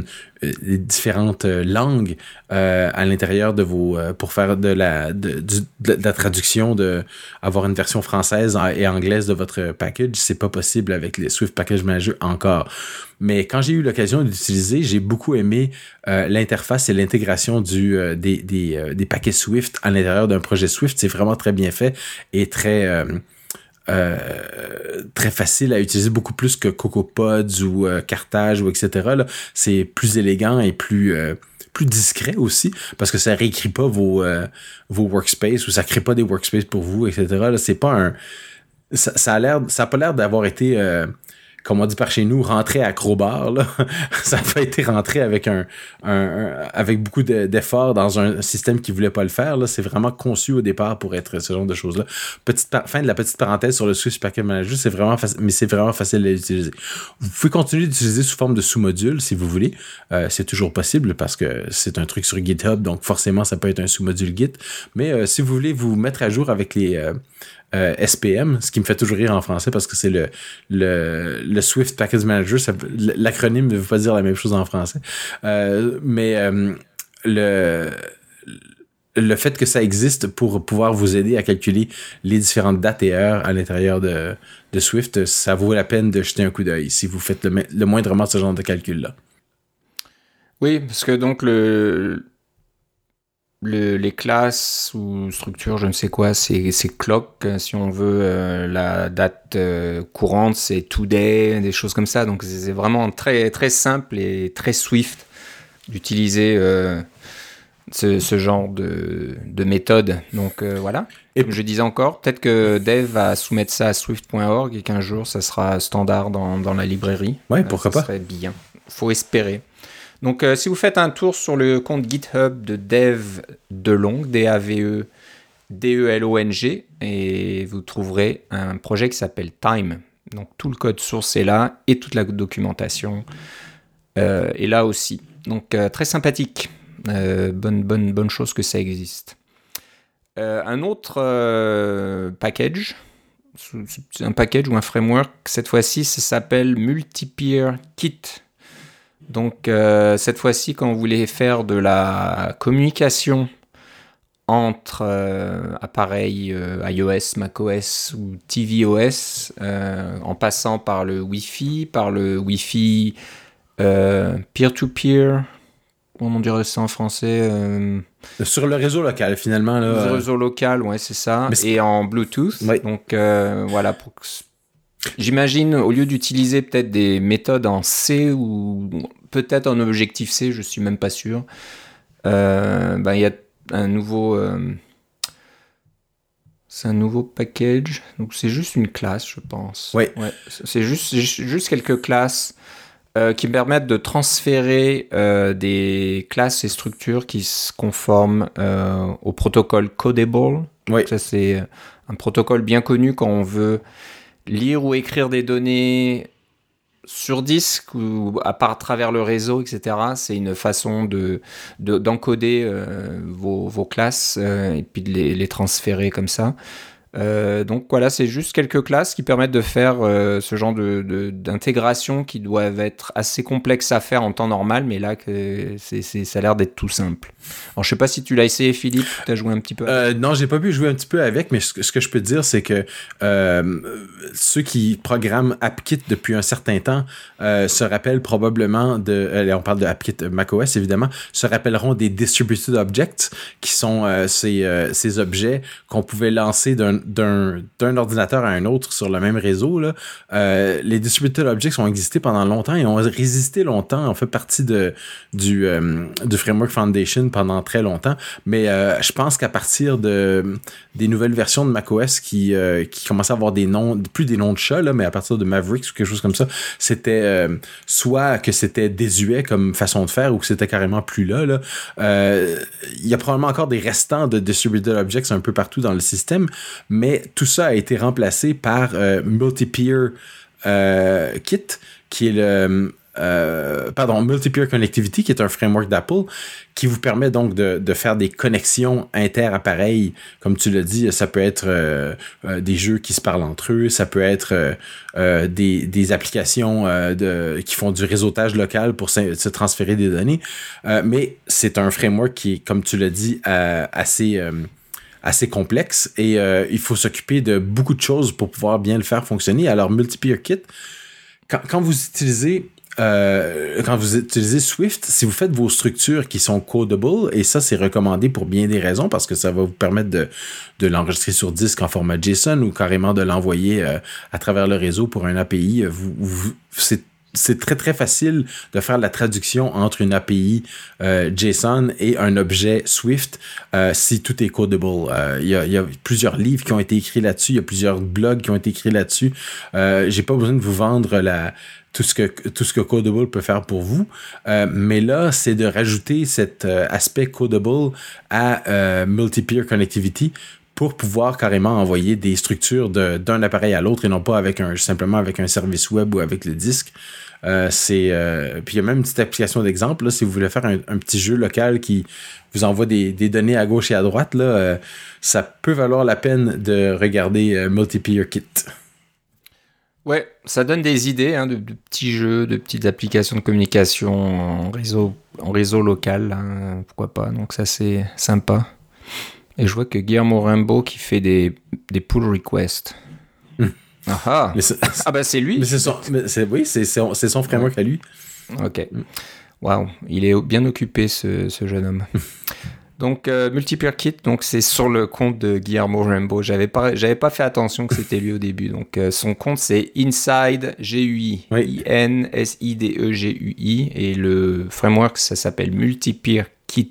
les différentes langues euh, à l'intérieur de vos euh, pour faire de la de, de, de la traduction, de avoir une version française et anglaise de votre package, c'est pas possible avec les Swift Package Manager encore. Mais quand j'ai eu l'occasion d'utiliser, j'ai beaucoup aimé euh, l'interface et l'intégration du euh, des des, euh, des paquets Swift à l'intérieur d'un projet Swift. C'est vraiment très bien fait et très euh, Euh, très facile à utiliser, beaucoup plus que CocoaPods ou euh, Carthage ou et cetera. Là. C'est plus élégant et plus euh, plus discret aussi, parce que ça réécrit pas vos euh, vos workspaces ou ça crée pas des workspaces pour vous, et cetera. Là, c'est pas un ça, ça a l'air ça a pas l'air d'avoir été euh, comme on dit par chez nous, rentré à crowbar, là. Ça n'a pas été rentré avec un, un, un avec beaucoup de, d'efforts dans un système qui voulait pas le faire, là. C'est vraiment conçu au départ pour être ce genre de choses-là. Petite par- fin de la petite parenthèse sur le Swift Package Manager, c'est vraiment faci- mais c'est vraiment facile à utiliser. Vous pouvez continuer d'utiliser sous forme de sous-module si vous voulez. Euh, c'est toujours possible parce que c'est un truc sur GitHub, donc forcément ça peut être un sous-module Git. Mais euh, si vous voulez vous mettre à jour avec les euh, Euh, S P M, ce qui me fait toujours rire en français parce que c'est le, le, le Swift Package Manager, ça, l'acronyme ne veut pas dire la même chose en français. Euh, mais euh, le, le fait que ça existe pour pouvoir vous aider à calculer les différentes dates et heures à l'intérieur de, de Swift, ça vaut la peine de jeter un coup d'œil si vous faites le, le moindrement ce genre de calcul-là. Oui, parce que donc le... Le, les classes ou structures, je ne sais quoi, c'est, c'est clock. Si on veut euh, la date euh, courante, c'est today, des choses comme ça. Donc c'est vraiment très, très simple et très Swift d'utiliser euh, ce, ce genre de, de méthode. Donc euh, voilà. Et comme je disais encore, peut-être que Dev va soumettre ça à swift point org et qu'un jour ça sera standard dans, dans la librairie. Oui, pourquoi ça pas. Ça serait bien. Faut espérer. Donc, euh, si vous faites un tour sur le compte GitHub de Dev Delong, D A V E D E L O N G, et vous trouverez un projet qui s'appelle Time. Donc, tout le code source est là et toute la documentation euh, est là aussi. Donc, euh, très sympathique. Euh, bonne, bonne, bonne chose que ça existe. Euh, un autre euh, package, c'est un package ou un framework, cette fois-ci, ça s'appelle Multi-Peer Kit. Donc, euh, cette fois-ci, quand vous voulez faire de la communication entre euh, appareils euh, iOS, macOS ou tvOS, euh, en passant par le Wi-Fi, par le Wi-Fi euh, peer-to-peer, comment on dirait ça en français euh, Sur le réseau local, finalement. Là, le euh... réseau local, ouais, c'est ça. C'est... Et en Bluetooth. Oui. Donc, euh, voilà, pour que... J'imagine, au lieu d'utiliser peut-être des méthodes en C ou peut-être en Objective-C, je suis même pas sûr, euh, ben, il y a un nouveau... Euh, c'est un nouveau package. Donc, c'est juste une classe, je pense. Oui. Ouais, c'est juste, juste quelques classes euh, qui permettent de transférer euh, des classes et structures qui se conforment euh, au protocole Codable. Oui. Ça, c'est un protocole bien connu quand on veut lire ou écrire des données sur disque ou à part à travers le réseau, et cetera. C'est une façon de, de d'encoder euh, vos, vos classes euh, et puis de les, les transférer comme ça. Euh, donc voilà, c'est juste quelques classes qui permettent de faire euh, ce genre de, de, d'intégration qui doivent être assez complexes à faire en temps normal, mais là, que c'est, c'est, ça a l'air d'être tout simple. Alors, je sais pas si tu l'as essayé, Philippe, tu as joué un petit peu avec. Euh, non, j'ai pas pu jouer un petit peu avec, mais ce, ce que je peux te dire, c'est que euh, ceux qui programment AppKit depuis un certain temps euh, se rappellent probablement de, euh, on parle de AppKit macOS évidemment, se rappelleront des Distributed Objects, qui sont euh, ces, euh, ces objets qu'on pouvait lancer d'un D'un, d'un ordinateur à un autre sur le même réseau. Là. Euh, les Distributed Objects ont existé pendant longtemps et ont résisté longtemps, ont fait partie de, du, euh, du Framework Foundation pendant très longtemps. Mais euh, je pense qu'à partir de, des nouvelles versions de macOS qui, euh, qui commençaient à avoir des noms, plus des noms de chats, là, mais à partir de Mavericks ou quelque chose comme ça, c'était euh, soit que c'était désuet comme façon de faire ou que c'était carrément plus là. là. Euh, il y a probablement encore des restants de Distributed Objects un peu partout dans le système, mais tout ça a été remplacé par euh, Multi-Peer euh, Kit, qui est le, euh, pardon, Multi-Peer Connectivity, qui est un framework d'Apple, qui vous permet donc de, de faire des connexions inter-appareils. Comme tu l'as dit, ça peut être euh, euh, des jeux qui se parlent entre eux, ça peut être euh, euh, des, des applications euh, de, qui font du réseautage local pour se, se transférer des données. Euh, mais c'est un framework qui est, comme tu l'as dit, euh, assez... Euh, assez complexe et euh, il faut s'occuper de beaucoup de choses pour pouvoir bien le faire fonctionner. Alors, Multi-Peer Kit, quand, quand vous utilisez euh, quand vous utilisez Swift, si vous faites vos structures qui sont codable, et ça, c'est recommandé pour bien des raisons, parce que ça va vous permettre de, de l'enregistrer sur disque en format JSON ou carrément de l'envoyer euh, à travers le réseau pour un A P I. Vous, vous, c'est C'est très, très facile de faire la traduction entre une A P I euh, JSON et un objet Swift euh, si tout est codable. Euh, il y a, y a plusieurs livres qui ont été écrits là-dessus, il y a plusieurs blogs qui ont été écrits là-dessus. Euh, j'ai pas besoin de vous vendre la, tout ce que, tout ce que Codable peut faire pour vous. Euh, mais là, c'est de rajouter cet euh, aspect Codable à euh, Multi-Peer Connectivity pour pouvoir carrément envoyer des structures de, d'un appareil à l'autre et non pas avec un, simplement avec un service web ou avec le disque. Euh, c'est, euh, puis il y a même une petite application d'exemple, là, si vous voulez faire un, un petit jeu local qui vous envoie des, des données à gauche et à droite, là, euh, ça peut valoir la peine de regarder euh, Multi-Peer Kit. Ouais, ça donne des idées hein, de, de petits jeux, de petites applications de communication en réseau, en réseau local, hein, pourquoi pas, donc ça c'est sympa. Et je vois que Guillermo Rambo qui fait des, des pull requests. Mmh. Ah, ah. Mais c'est, ah bah c'est lui. Mais c'est son, mais c'est, oui, c'est, c'est, c'est son framework à lui. Ok. Waouh, il est bien occupé ce, ce jeune homme. Donc euh, Multi-Peer Kit, donc c'est sur le compte de Guillermo Rambo. J'avais pas, j'avais pas fait attention que c'était lui au début. Donc euh, son compte c'est Inside G U I, oui. I N S I D E G U I, et le framework ça s'appelle Multi-Peer Kit.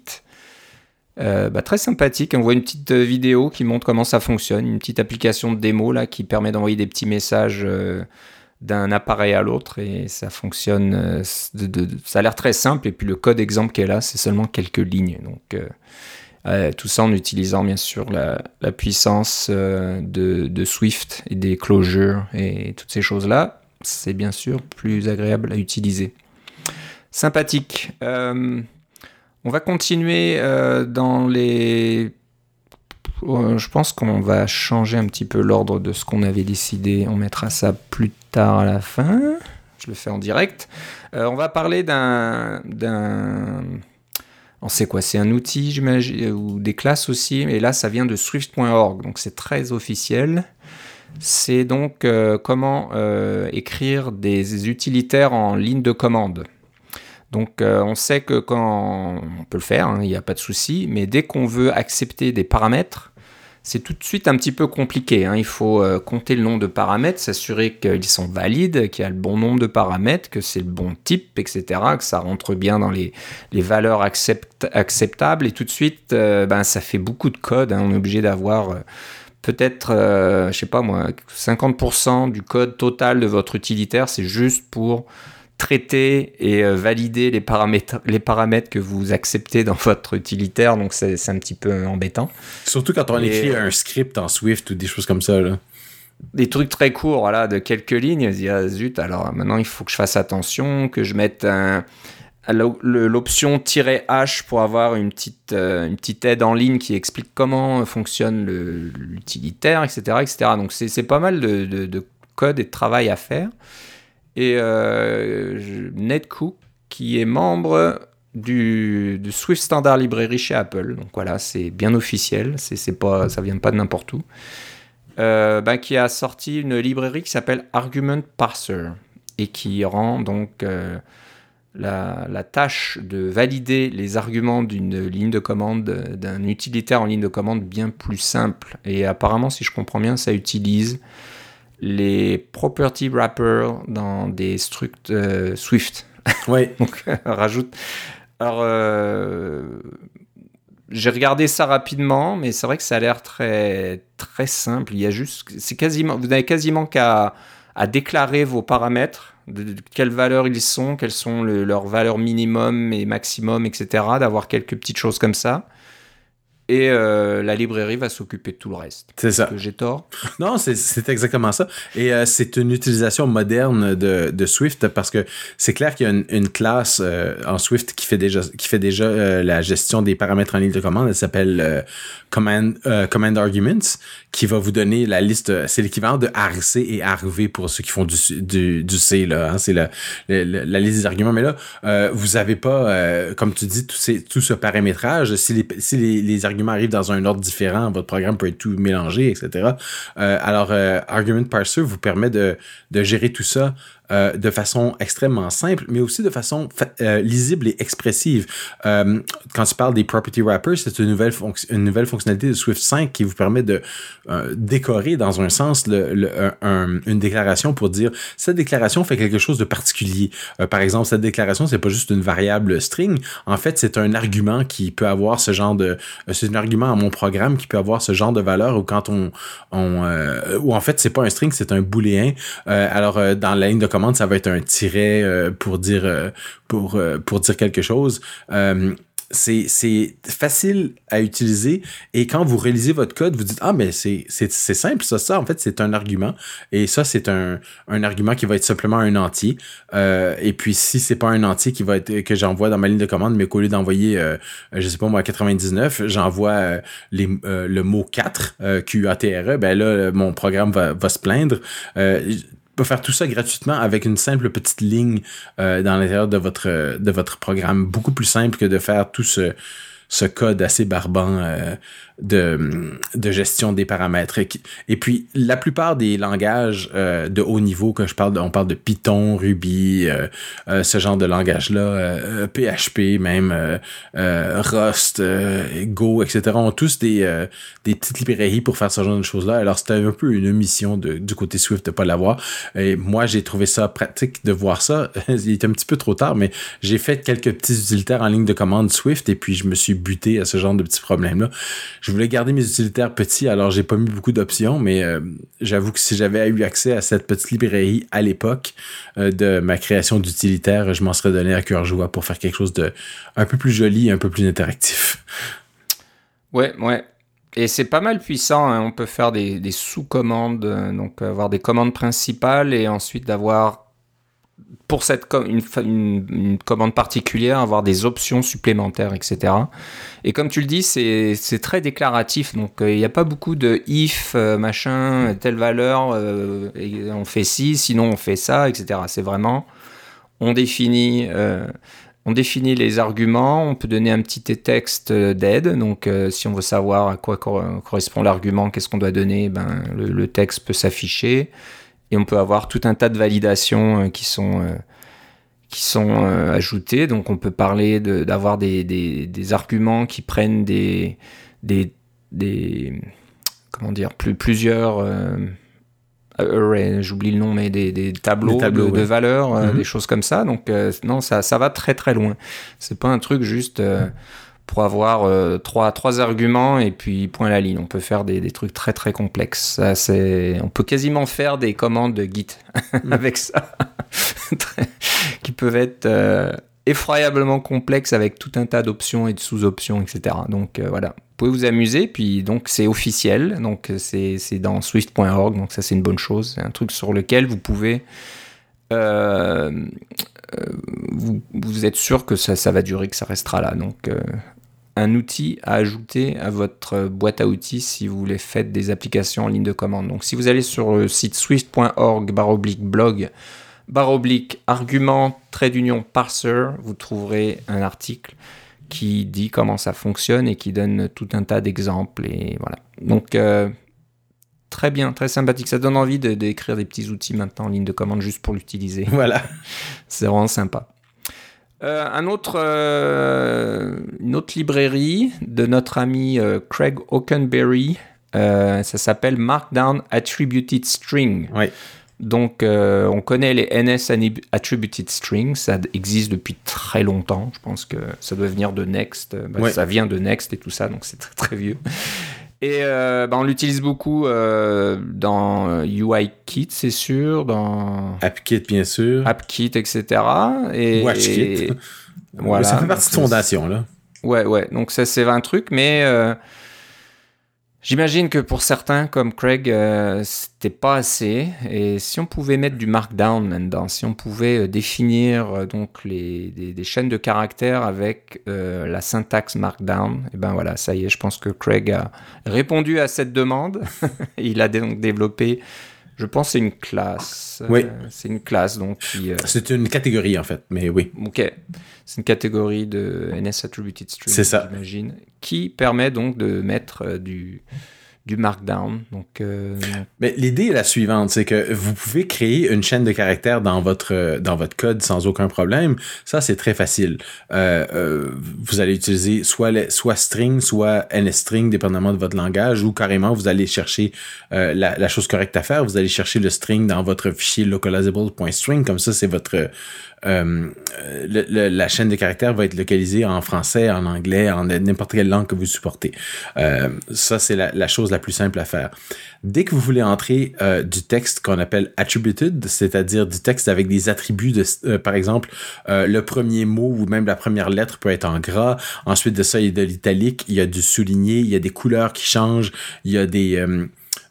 Euh, bah, très sympathique. On voit une petite vidéo qui montre comment ça fonctionne, une petite application de démo là qui permet d'envoyer des petits messages euh, d'un appareil à l'autre et ça fonctionne. Euh, de, de, de, ça a l'air très simple et puis le code exemple qui est là, c'est seulement quelques lignes. Donc euh, euh, tout ça en utilisant bien sûr la, la puissance euh, de, de Swift et des closures et toutes ces choses là. C'est bien sûr plus agréable à utiliser. Sympathique. Euh, On va continuer euh, dans les... Euh, je pense qu'on va changer un petit peu l'ordre de ce qu'on avait décidé. On mettra ça plus tard à la fin. Je le fais en direct. Euh, on va parler d'un... d'un... On sait quoi, c'est un outil, j'imagine, ou des classes aussi. Et là, ça vient de Swift point org, donc c'est très officiel. C'est donc euh, comment euh, écrire des utilitaires en ligne de commande. Donc, euh, on sait que quand on peut le faire, il hein, n'y a pas de souci, mais dès qu'on veut accepter des paramètres, c'est tout de suite un petit peu compliqué. Hein. Il faut euh, compter le nombre de paramètres, s'assurer qu'ils sont valides, qu'il y a le bon nombre de paramètres, que c'est le bon type, et cetera, que ça rentre bien dans les, les valeurs accept, acceptables. Et tout de suite, euh, ben, ça fait beaucoup de code. Hein. On est obligé d'avoir euh, peut-être, euh, je sais pas moi, cinquante pour cent du code total de votre utilitaire, c'est juste pour traiter et euh, valider les paramètres, les paramètres que vous acceptez dans votre utilitaire, donc c'est, c'est un petit peu embêtant. Surtout quand on et, écrit un script en Swift ou des choses comme ça, là. Des trucs très courts, voilà, de quelques lignes, je dis, ah, zut, alors maintenant il faut que je fasse attention, que je mette un, l'option "-h" pour avoir une petite, euh, une petite aide en ligne qui explique comment fonctionne le, l'utilitaire, et cetera, et cetera. Donc c'est, c'est pas mal de, de, de code et de travail à faire. Et euh, Ned Cook, qui est membre du, du Swift Standard Library chez Apple, donc voilà, c'est bien officiel, c'est, c'est pas, ça vient pas de n'importe où, euh, ben, qui a sorti une librairie qui s'appelle Argument Parser, et qui rend donc euh, la, la tâche de valider les arguments d'une ligne de commande, d'un utilitaire en ligne de commande bien plus simple. Et apparemment, si je comprends bien, ça utilise les property wrappers dans des structs euh, Swift. Oui. Donc, euh, rajoute. Alors, euh, j'ai regardé ça rapidement, mais c'est vrai que ça a l'air très, très simple. Il y a juste, c'est quasiment, vous n'avez quasiment qu'à à déclarer vos paramètres, de, de quelles valeurs ils sont, quelles sont le, leurs valeurs minimum et maximum, et cetera. D'avoir quelques petites choses comme ça. et euh, la librairie va s'occuper de tout le reste. C'est ça. Est-ce que j'ai tort? Non, c'est, c'est exactement ça. Et euh, c'est une utilisation moderne de, de Swift parce que c'est clair qu'il y a une, une classe euh, en Swift qui fait déjà, qui fait déjà euh, la gestion des paramètres en ligne de commande. Elle s'appelle euh, Command, euh, Command Arguments, qui va vous donner la liste. C'est l'équivalent de argc et argv pour ceux qui font du, du, du C, là. Hein, c'est la, la, la liste des arguments. Mais là, euh, vous avez pas, euh, comme tu dis, tout, ces, tout ce paramétrage. Si les, si les, les arguments arrivent dans un ordre différent, votre programme peut être tout mélangé, et cetera. Euh, alors, euh, Argument Parser vous permet de, de gérer tout ça euh, de façon extrêmement simple, mais aussi de façon fa- euh, lisible et expressive. Euh, quand tu parles des Property Wrappers, c'est une nouvelle, fonc- une nouvelle fonctionnalité de Swift cinq qui vous permet de euh, décorer, dans un sens, le, le, un, un, une déclaration pour dire cette déclaration fait quelque chose de particulier. Euh, par exemple, cette déclaration, c'est pas juste une variable string. En fait, c'est un argument qui peut avoir ce genre de... Euh, c'est un argument à mon programme qui peut avoir ce genre de valeur où quand on... on euh, ou en fait, c'est pas un string, c'est un booléen. Euh, alors, euh, dans la ligne de commande, ça va être un tiret euh, pour dire euh, pour euh, pour dire quelque chose. Euh, c'est c'est facile à utiliser et quand vous réalisez votre code, vous dites ah mais c'est c'est c'est simple ça ça en fait c'est un argument et ça c'est un un argument qui va être simplement un entier. Euh, et puis si c'est pas un entier qui va être que j'envoie dans ma ligne de commande, mais qu'au lieu d'envoyer euh, je sais pas moi quatre-vingt-dix-neuf, j'envoie euh, les euh, le mot quatre euh, Q A T R E, ben là mon programme va va se plaindre. Euh, peut faire tout ça gratuitement avec une simple petite ligne euh, dans l'intérieur de votre de votre programme, beaucoup plus simple que de faire tout ce ce code assez barbant euh, de de gestion des paramètres. Et, et puis la plupart des langages euh, de haut niveau que je parle de, on parle de Python, Ruby, euh, euh, ce genre de langage là, euh, P H P même, euh, euh, Rust, euh, Go, et cetera ont tous des euh, des petites librairies pour faire ce genre de choses là. Alors c'était un peu une mission de du côté Swift de pas l'avoir. Et moi j'ai trouvé ça pratique de voir ça. Il est un petit peu trop tard, mais j'ai fait quelques petits utilitaires en ligne de commande Swift et puis je me suis buté à ce genre de petits problèmes là. Je voulais garder mes utilitaires petits, alors j'ai pas mis beaucoup d'options, mais euh, j'avoue que si j'avais eu accès à cette petite librairie à l'époque euh, de ma création d'utilitaires, je m'en serais donné à cœur joie pour faire quelque chose de un peu plus joli, un peu plus interactif. Ouais, ouais. Et c'est pas mal puissant, hein. On peut faire des, des sous-commandes, euh, donc avoir des commandes principales et ensuite d'avoir pour cette com- une, une, une commande particulière, avoir des options supplémentaires, et cetera. Et comme tu le dis, c'est, c'est très déclaratif. Donc, il euh, n'y a pas beaucoup de if, euh, machin, telle valeur, euh, et on fait ci, sinon on fait ça, et cetera. C'est vraiment, on définit, euh, on définit les arguments, on peut donner un petit texte d'aide. Donc, euh, si on veut savoir à quoi cor- correspond l'argument, qu'est-ce qu'on doit donner, ben, le, le texte peut s'afficher. Et on peut avoir tout un tas de validations euh, qui sont, euh, qui sont euh, ajoutées. Donc, on peut parler de, d'avoir des, des, des arguments qui prennent des, des, des comment dire, plus, plusieurs euh, arrays, j'oublie le nom, mais des, des tableaux, tableaux de, ouais. de valeurs, euh, mm-hmm. des choses comme ça. Donc, euh, non, ça, ça va très très loin. C'est pas un truc juste euh, pour avoir euh, trois, trois arguments et puis point à la ligne. On peut faire des, des trucs très très complexes. Ça, c'est... On peut quasiment faire des commandes de Git avec ça, qui peuvent être euh, effroyablement complexes avec tout un tas d'options et de sous-options, et cetera. Donc euh, voilà, vous pouvez vous amuser. Puis donc c'est officiel, donc c'est, c'est dans swift point org, donc ça c'est une bonne chose. C'est un truc sur lequel vous pouvez... Euh, euh, vous, vous êtes sûr que ça, ça va durer, que ça restera là. Donc... Euh, un outil à ajouter à votre boîte à outils si vous voulez faire des applications en ligne de commande. Donc, si vous allez sur le site swift point org barre oblique blog barre oblique argument trait d'union parser, vous trouverez un article qui dit comment ça fonctionne et qui donne tout un tas d'exemples. Et voilà. Donc, euh, très bien, très sympathique. Ça donne envie de, d'écrire des petits outils maintenant en ligne de commande juste pour l'utiliser. Voilà. C'est vraiment sympa. Euh, un autre, euh, une autre librairie de notre ami euh, Craig Hockenberry, euh, ça s'appelle Markdown Attributed String. Oui. Donc, euh, on connaît les N S Attributed String, ça existe depuis très longtemps. Je pense que ça doit venir de Next. Bah, oui. Ça vient de Next et tout ça, donc c'est très très vieux. Et euh, bah, on l'utilise beaucoup euh, dans U I Kit, c'est sûr, dans AppKit, bien sûr. AppKit, et cetera. Et, WatchKit. Et, voilà. Ça fait partie de Fondation, là. Ouais, ouais. Donc ça, c'est un truc, mais euh, J'imagine que pour certains, comme Craig, euh, c'était pas assez. Et si on pouvait mettre du markdown là-dedans, si on pouvait euh, définir euh, donc les, des, des chaînes de caractères avec euh, la syntaxe markdown, et ben voilà, ça y est, je pense que Craig a répondu à cette demande. Il a donc développé, je pense, c'est une classe. Oui. Euh, c'est une classe donc qui. Euh... C'est une catégorie en fait, mais oui. Ok. C'est une catégorie de N S Attributed String, c'est ça. J'imagine, qui permet donc de mettre euh, du, du markdown. Donc, euh... Mais l'idée est la suivante, c'est que vous pouvez créer une chaîne de caractères dans votre dans votre code sans aucun problème. Ça, c'est très facile. Euh, euh, vous allez utiliser soit les, soit string, soit nstring, dépendamment de votre langage, ou carrément vous allez chercher euh, la, la chose correcte à faire. Vous allez chercher le string dans votre fichier localizable.string. Comme ça, c'est votre Euh, le, le, la chaîne de caractères va être localisée en français, en anglais, en n'importe quelle langue que vous supportez. Euh, ça, c'est la, la chose la plus simple à faire. Dès que vous voulez entrer euh, du texte qu'on appelle attributed, c'est-à-dire du texte avec des attributs, de, euh, par exemple, euh, le premier mot ou même la première lettre peut être en gras. Ensuite de ça, il y a de l'italique, il y a du souligné, il y a des couleurs qui changent, il y a des... Euh,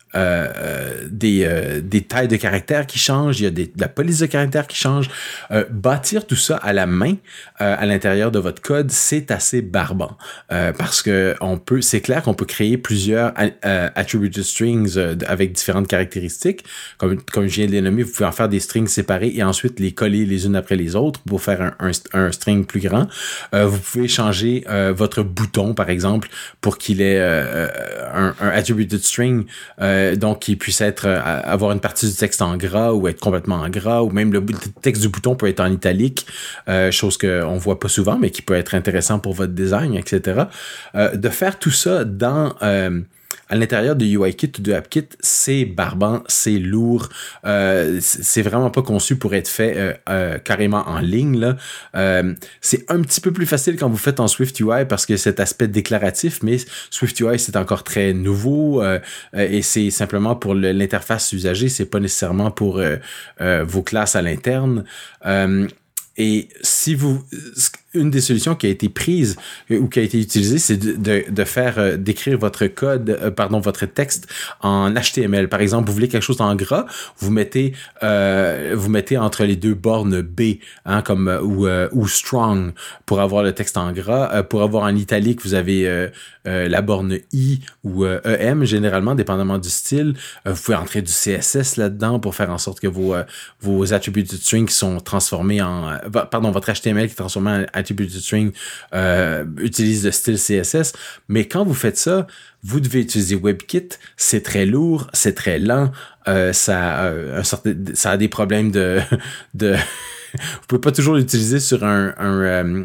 Euh, des, euh, des tailles de caractères qui changent, il y a des, de la police de caractères qui change. Euh, bâtir tout ça à la main euh, à l'intérieur de votre code, c'est assez barbant euh, parce que on peut, c'est clair qu'on peut créer plusieurs euh, attributed strings euh, avec différentes caractéristiques. Comme, comme je viens de les nommer, vous pouvez en faire des strings séparés et ensuite les coller les unes après les autres pour faire un, un, un string plus grand. Euh, vous pouvez changer euh, votre bouton, par exemple, pour qu'il ait euh, un, un attributed string euh, donc qui puisse être euh, avoir une partie du texte en gras ou être complètement en gras, ou même le texte du bouton peut être en italique, euh, chose qu'on voit pas souvent mais qui peut être intéressant pour votre design, et cetera. Euh, de faire tout ça dans euh, à l'intérieur de UIKit ou de AppKit, c'est barbant, c'est lourd, euh, c'est vraiment pas conçu pour être fait euh, euh, carrément en ligne, là. Euh, c'est un petit peu plus facile quand vous faites en SwiftUI parce que cet aspect déclaratif, mais SwiftUI c'est encore très nouveau euh, et c'est simplement pour le, l'interface usagée, c'est pas nécessairement pour euh, euh, vos classes à l'interne. Euh, Et si vous, une des solutions qui a été prise ou qui a été utilisée, c'est de, de, de faire, euh, d'écrire votre code, euh, pardon, votre texte en H T M L. Par exemple, vous voulez quelque chose en gras, vous mettez, euh, vous mettez entre les deux bornes B, hein, comme euh, ou euh, ou strong pour avoir le texte en gras. Euh, pour avoir en italique, vous avez euh, euh, la borne I ou euh, E M généralement, dépendamment du style. Euh, vous pouvez entrer du C S S là-dedans pour faire en sorte que vos euh, vos attributed strings sont transformés en euh, pardon, votre H T M L qui est transformé en attributed string euh, utilise le style C S S. Mais quand vous faites ça, vous devez utiliser WebKit. C'est très lourd, c'est très lent. Euh, ça, euh, un sorte de, ça a des problèmes de... de vous pouvez pas toujours l'utiliser sur un... un euh,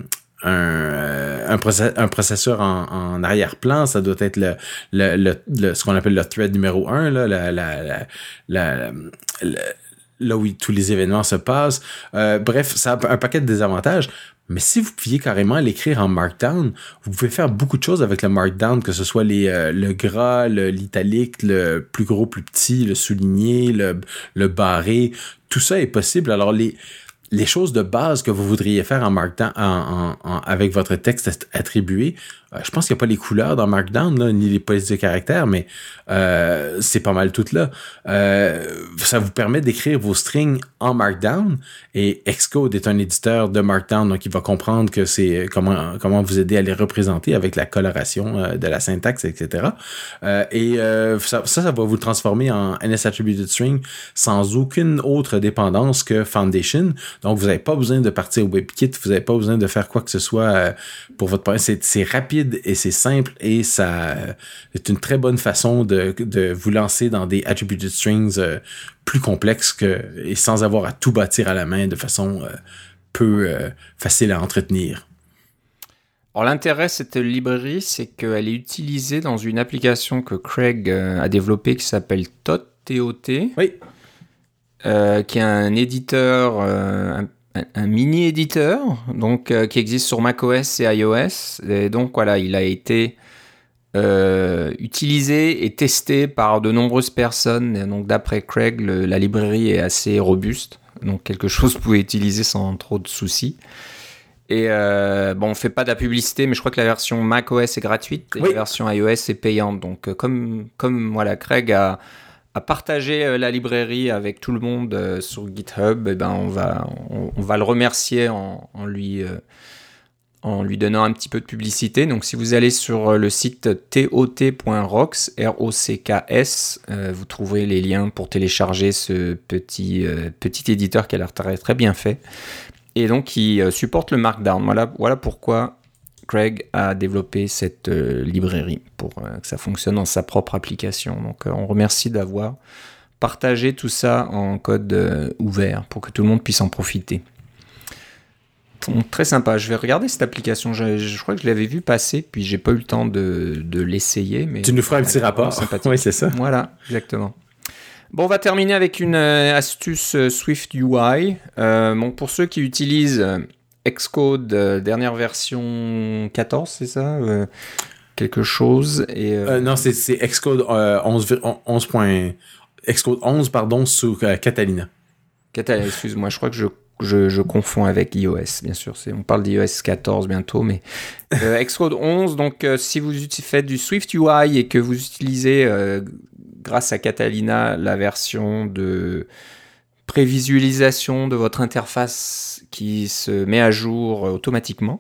un, un, process, un processeur en, en arrière-plan, ça doit être le, le, le, le ce qu'on appelle le thread numéro un, là, la, la, la, la, la là où tous les événements se passent. Euh, bref, ça a un paquet de désavantages. Mais si vous pouviez carrément l'écrire en Markdown, vous pouvez faire beaucoup de choses avec le Markdown, que ce soit les, euh, le gras, le, l'italique, le plus gros, plus petit, le souligné, le, le barré. Tout ça est possible. Alors, les... les choses de base que vous voudriez faire en Markdown en, en, en, avec votre texte attribué, euh, je pense qu'il n'y a pas les couleurs dans Markdown, là, ni les polices de caractères, mais euh, c'est pas mal tout là. Euh, ça vous permet d'écrire vos strings en Markdown, et Xcode est un éditeur de Markdown, donc il va comprendre que c'est comment comment vous aider à les représenter avec la coloration euh, de la syntaxe, et cetera. Euh, et euh, ça, ça, ça va vous transformer en N S Attributed String sans aucune autre dépendance que Foundation. Donc, vous n'avez pas besoin de partir au WebKit, vous n'avez pas besoin de faire quoi que ce soit euh, pour votre projet. C'est, c'est rapide et c'est simple et ça euh, c'est une très bonne façon de, de vous lancer dans des attributed strings euh, plus complexes que, et sans avoir à tout bâtir à la main de façon euh, peu euh, facile à entretenir. Alors, l'intérêt de cette librairie, c'est qu'elle est utilisée dans une application que Craig euh, a développée qui s'appelle Tot, T O T. Oui. Euh, qui est un éditeur, euh, un, un mini-éditeur, donc euh, qui existe sur macOS et iOS. Et donc voilà, il a été euh, utilisé et testé par de nombreuses personnes. Et donc d'après Craig, le, la librairie est assez robuste, donc quelque chose que vous pouvez utiliser sans trop de soucis. Et euh, bon, on fait pas de la publicité, mais je crois que la version macOS est gratuite et oui. la version iOS est payante. Donc, euh, comme, comme voilà, Craig a, a partagé euh, la librairie avec tout le monde euh, sur GitHub, eh ben, on, va, on, on va le remercier en, en, lui, euh, en lui donnant un petit peu de publicité. Donc, si vous allez sur le site tot point rocks, R O C K S, euh, vous trouverez les liens pour télécharger ce petit, euh, petit éditeur qui a l'air très, très bien fait. Et donc, il euh, supporte le Markdown. Voilà, voilà pourquoi Craig a développé cette euh, librairie, pour euh, que ça fonctionne dans sa propre application. Donc, euh, on remercie d'avoir partagé tout ça en code euh, ouvert pour que tout le monde puisse en profiter. Donc, très sympa. Je vais regarder cette application. Je, je crois que je l'avais vu passer, puis j'ai pas eu le temps de, de l'essayer. Mais tu nous feras un petit rapport. Oui, c'est ça. Voilà, exactement. Bon, on va terminer avec une euh, astuce euh, SwiftUI. Euh, bon, pour ceux qui utilisent euh, Xcode euh, dernière version quatorze, c'est ça euh, quelque chose et, euh... Euh, Non, c'est, c'est Xcode euh, onze, onze point... Xcode onze, pardon, sur euh, Catalina. Catalina, excuse-moi, je crois que je, je, je confonds avec iOS, bien sûr. C'est, on parle d'iOS quatorze bientôt, mais euh, Xcode onze, donc euh, si vous faites du SwiftUI et que vous utilisez... Euh, grâce à Catalina, la version de prévisualisation de votre interface qui se met à jour automatiquement,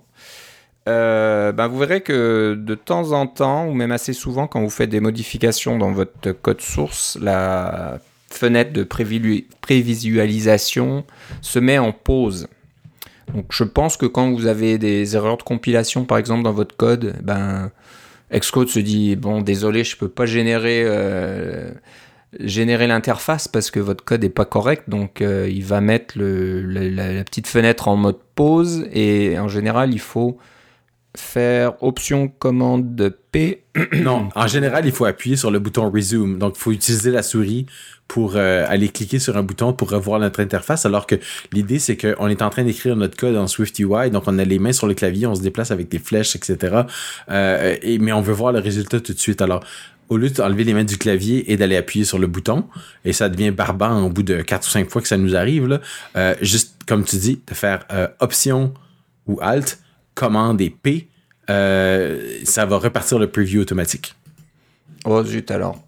euh, ben vous verrez que de temps en temps, ou même assez souvent, quand vous faites des modifications dans votre code source, la fenêtre de prévisu- prévisualisation se met en pause. Donc je pense que quand vous avez des erreurs de compilation, par exemple, dans votre code, ben... Xcode se dit, bon, désolé, je peux pas générer, euh, générer l'interface parce que votre code est pas correct, donc euh, il va mettre le, la, la, la petite fenêtre en mode pause, et en général, il faut faire option commande P. Non, en général, il faut appuyer sur le bouton Resume. Donc, il faut utiliser la souris pour euh, aller cliquer sur un bouton pour revoir notre interface, alors que l'idée, c'est qu'on est en train d'écrire notre code en SwiftUI, donc on a les mains sur le clavier, on se déplace avec des flèches, et cetera. Euh, et, mais on veut voir le résultat tout de suite. Alors, au lieu d'enlever les mains du clavier et d'aller appuyer sur le bouton, et ça devient barbant au bout de quatre ou cinq fois que ça nous arrive, là, euh, juste, comme tu dis, de faire euh, Option ou Alt, commande et P, euh, ça va repartir le preview automatique. Oh zut alors.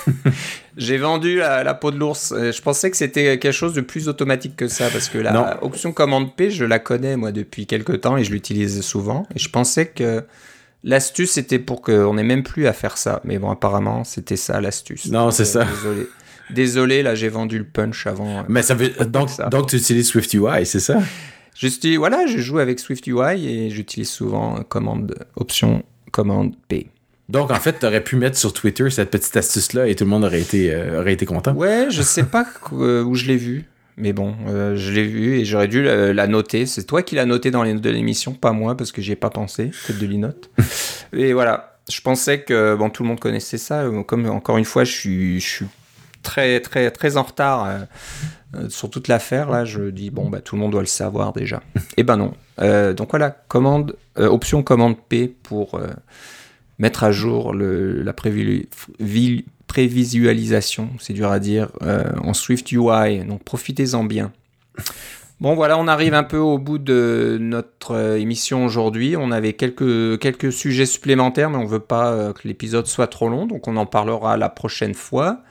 J'ai vendu la, la peau de l'ours. Je pensais que c'était quelque chose de plus automatique que ça, parce que la non. option commande P, je la connais moi depuis quelques temps et je l'utilise souvent. Et je pensais que l'astuce c'était pour qu'on n'ait même plus à faire ça. Mais bon, apparemment c'était ça l'astuce. Non, donc, c'est euh, ça. Désolé. Désolé, là j'ai vendu le punch avant. Mais ça veut donc, ça. donc tu utilises SwiftUI, c'est ça? Je suis, voilà, je joue avec SwiftUI et j'utilise souvent commande option commande P. Donc, en fait, tu aurais pu mettre sur Twitter cette petite astuce-là et tout le monde aurait été, euh, aurait été content. Ouais, je sais pas où je l'ai vu, mais bon, euh, je l'ai vu et j'aurais dû la, la noter. C'est toi qui l'as noté dans les notes de l'émission, pas moi, parce que j'y ai pas pensé, peut-être de l'inote. Et voilà, je pensais que bon, tout le monde connaissait ça. Comme, encore une fois, je suis, je suis très, très, très en retard euh, euh, sur toute l'affaire. Là, je dis, bon, bah, tout le monde doit le savoir déjà. Et ben non. Euh, donc voilà, commande, euh, option commande P pour... Euh, mettre à jour le, la prévu, vi, prévisualisation, c'est dur à dire, euh, en SwiftUI, donc profitez-en bien. Bon voilà, on arrive un peu au bout de notre euh, émission aujourd'hui. On avait quelques, quelques sujets supplémentaires, mais on ne veut pas euh, que l'épisode soit trop long, donc on en parlera la prochaine fois.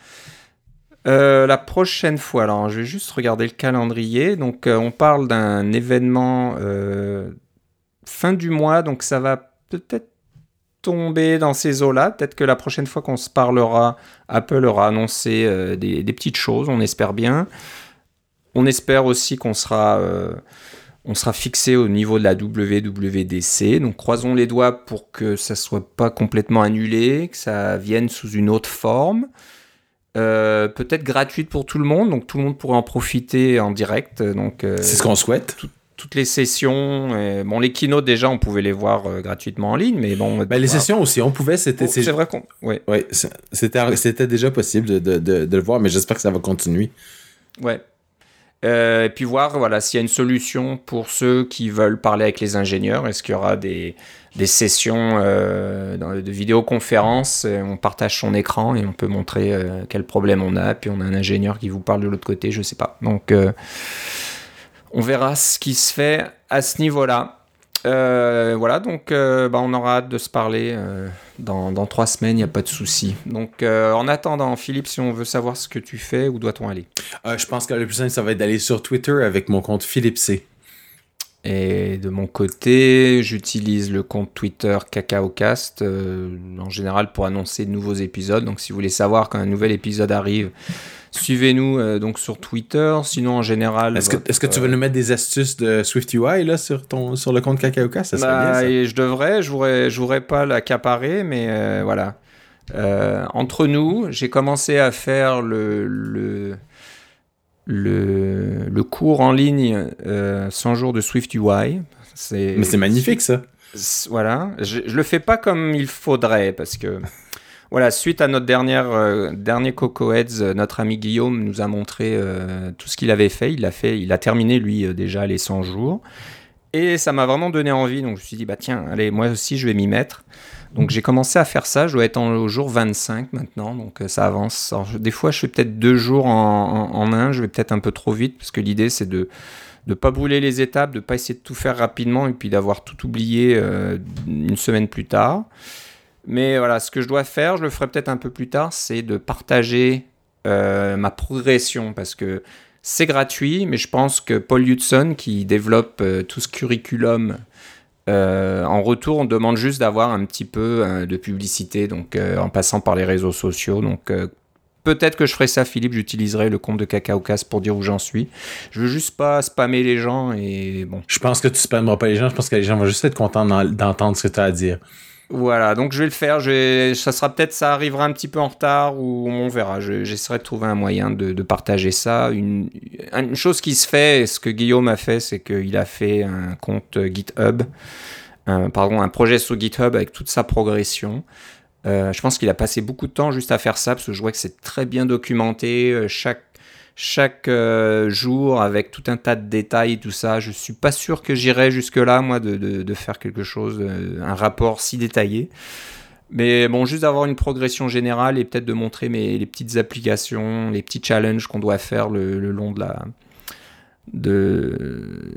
Euh, la prochaine fois, alors je vais juste regarder le calendrier. Donc euh, on parle d'un événement euh, fin du mois, donc ça va peut-être tomber dans ces eaux-là. Peut-être que la prochaine fois qu'on se parlera, Apple aura annoncé euh, des, des petites choses, on espère bien. On espère aussi qu'on sera, euh, on sera fixé au niveau de la W W D C. Donc croisons les doigts pour que ça ne soit pas complètement annulé, que ça vienne sous une autre forme. Euh, peut-être gratuite pour tout le monde, donc tout le monde pourrait en profiter en direct. Donc, euh, c'est ce qu'on souhaite. Tout, toutes les sessions, et, bon, les keynotes déjà, on pouvait les voir euh, gratuitement en ligne, mais bon. Ben, les voir. Sessions aussi, on pouvait. C'était, oh, c'est, c'est vrai qu'on, ouais. Ouais, c'était, c'était déjà possible de, de, de, de le voir, mais j'espère que ça va continuer. Ouais. Euh, et puis voir, voilà, s'il y a une solution pour ceux qui veulent parler avec les ingénieurs. Est-ce qu'il y aura des, des sessions euh, de vidéoconférence, on partage son écran et on peut montrer euh, quel problème on a, puis on a un ingénieur qui vous parle de l'autre côté, je sais pas. Donc. Euh, On verra ce qui se fait à ce niveau-là. Euh, voilà, donc euh, bah, on aura hâte de se parler euh, dans, dans trois semaines, il n'y a pas de souci. Donc euh, en attendant, Philippe, si on veut savoir ce que tu fais, où doit-on aller? Euh, je pense que le plus simple, ça va être d'aller sur Twitter avec mon compte Philippe C. Et de mon côté, j'utilise le compte Twitter CacaoCast, euh, en général pour annoncer de nouveaux épisodes. Donc si vous voulez savoir quand un nouvel épisode arrive, suivez-nous euh, donc sur Twitter. Sinon, en général... Est-ce que, votre, est-ce que tu veux nous mettre des astuces de SwiftUI là, sur, ton, sur le compte CacaoCast? Ça serait bah, bien, ça. et je devrais, je voudrais, je voudrais pas l'accaparer, mais euh, voilà. Euh, entre nous, j'ai commencé à faire le... le Le, le cours en ligne euh, cent jours de SwiftUI. C'est, Mais c'est magnifique, ça. c'est, voilà. Je, je le fais pas comme il faudrait parce que, voilà, suite à notre dernière, euh, dernier Coco Heads, euh, notre ami Guillaume nous a montré euh, tout ce qu'il avait fait. Il a fait, il a terminé, lui, euh, déjà les cent jours. Et ça m'a vraiment donné envie. Donc, je me suis dit, bah tiens, allez, moi aussi, je vais m'y mettre. Donc, j'ai commencé à faire ça. Je dois être en, au jour vingt-cinq maintenant. Donc, euh, ça avance. Alors, je, des fois, je fais peut-être deux jours en, en, en un. Je vais peut-être un peu trop vite parce que l'idée, c'est de ne pas brûler les étapes, de ne pas essayer de tout faire rapidement et puis d'avoir tout oublié euh, une semaine plus tard. Mais voilà, ce que je dois faire, je le ferai peut-être un peu plus tard, c'est de partager euh, ma progression parce que c'est gratuit, mais je pense que Paul Hudson, qui développe euh, tout ce curriculum, euh, en retour, on demande juste d'avoir un petit peu euh, de publicité, donc euh, en passant par les réseaux sociaux. Donc euh, peut-être que je ferai ça, Philippe, j'utiliserai le compte de CacaoCast pour dire où j'en suis. Je veux juste pas spammer les gens et bon. Je pense que tu spammeras pas les gens, je pense que les gens vont juste être contents d'entendre ce que tu as à dire. Voilà, donc je vais le faire. Je vais, ça sera peut-être, ça arrivera un petit peu en retard ou on verra. Je, j'essaierai de trouver un moyen de, de partager ça. Une, une chose qui se fait, ce que Guillaume a fait, c'est qu'il a fait un compte GitHub, un, pardon, un projet sur GitHub avec toute sa progression. Euh, je pense qu'il a passé beaucoup de temps juste à faire ça parce que je vois que c'est très bien documenté. Chaque chaque euh, jour avec tout un tas de détails et tout ça. Je suis pas sûr que j'irai jusque-là, moi, de, de, de faire quelque chose, euh, un rapport si détaillé. Mais bon, juste d'avoir une progression générale et peut-être de montrer mes, les petites applications, les petits challenges qu'on doit faire le, le long de la, de,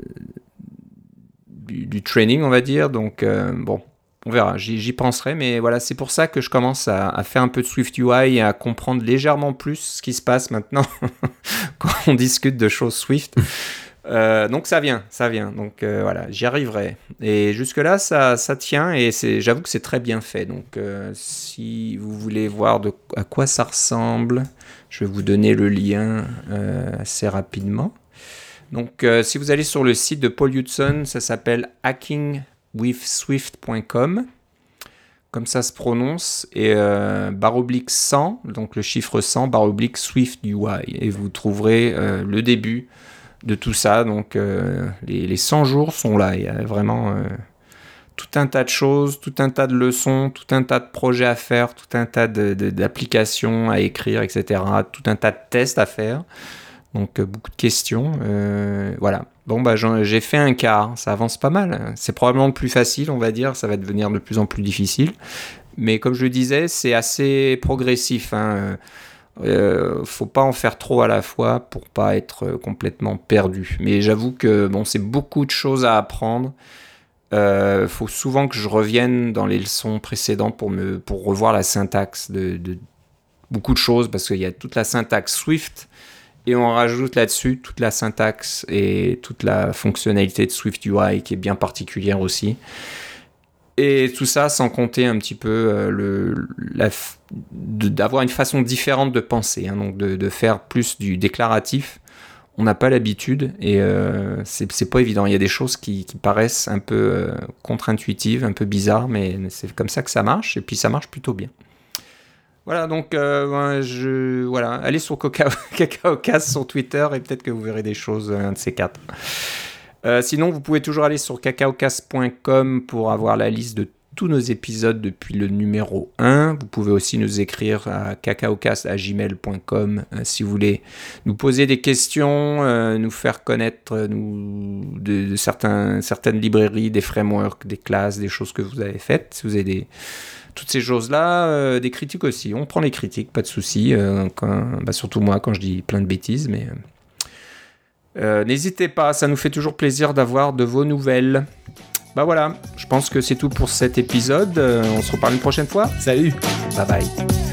du, du training, on va dire. Donc, euh, bon. On verra, j'y, j'y penserai, mais voilà, c'est pour ça que je commence à, à faire un peu de SwiftUI et à comprendre légèrement plus ce qui se passe maintenant quand on discute de choses Swift. Euh, donc ça vient, ça vient, donc euh, voilà, j'y arriverai. Et jusque-là, ça, ça tient et c'est, j'avoue que c'est très bien fait. Donc euh, si vous voulez voir de, à quoi ça ressemble, je vais vous donner le lien euh, assez rapidement. Donc euh, si vous allez sur le site de Paul Hudson, ça s'appelle Hacking with swift point com, comme ça se prononce, et euh, barre oblique cent, donc le chiffre cent, barre oblique SwiftUI, et vous trouverez euh, le début de tout ça. Donc euh, les, les cent jours sont là, il y a vraiment euh, tout un tas de choses, tout un tas de leçons, tout un tas de projets à faire, tout un tas de, de, d'applications à écrire, et cetera, tout un tas de tests à faire. Donc euh, beaucoup de questions, euh, voilà. Bon, bah, j'en, j'ai fait un quart, ça avance pas mal. C'est probablement le plus facile, on va dire, ça va devenir de plus en plus difficile. Mais comme je le disais, c'est assez progressif. Hein. Euh, faut pas en faire trop à la fois pour pas être complètement perdu. Mais j'avoue que bon, c'est beaucoup de choses à apprendre. Euh, faut souvent que je revienne dans les leçons précédentes pour, me, pour revoir la syntaxe de, de beaucoup de choses, parce qu'il y a toute la syntaxe Swift, et on rajoute là-dessus toute la syntaxe et toute la fonctionnalité de SwiftUI qui est bien particulière aussi. Et tout ça sans compter un petit peu euh, le, la, de, d'avoir une façon différente de penser, hein, donc de, de faire plus du déclaratif. On n'a pas l'habitude et euh, c'est, c'est pas évident. Il y a des choses qui, qui paraissent un peu euh, contre-intuitives, un peu bizarres, mais c'est comme ça que ça marche et puis ça marche plutôt bien. Voilà, donc euh, je, voilà, allez sur CacaoCast sur Twitter et peut-être que vous verrez des choses, un de ces quatre. Euh, sinon, vous pouvez toujours aller sur cacaocast point com pour avoir la liste de tous nos épisodes depuis le numéro un. Vous pouvez aussi nous écrire à cacaocast arobase gmail point com euh, si vous voulez nous poser des questions, euh, nous faire connaître euh, nous, de, de certains, certaines librairies, des frameworks, des classes, des choses que vous avez faites. Si vous avez des... Toutes ces choses-là, euh, des critiques aussi. On prend les critiques, pas de souci. Euh, quand, bah surtout moi, quand je dis plein de bêtises. Mais euh, euh, n'hésitez pas, ça nous fait toujours plaisir d'avoir de vos nouvelles. bah voilà, je pense que c'est tout pour cet épisode. Euh, on se reparle une prochaine fois. Salut. Bye bye.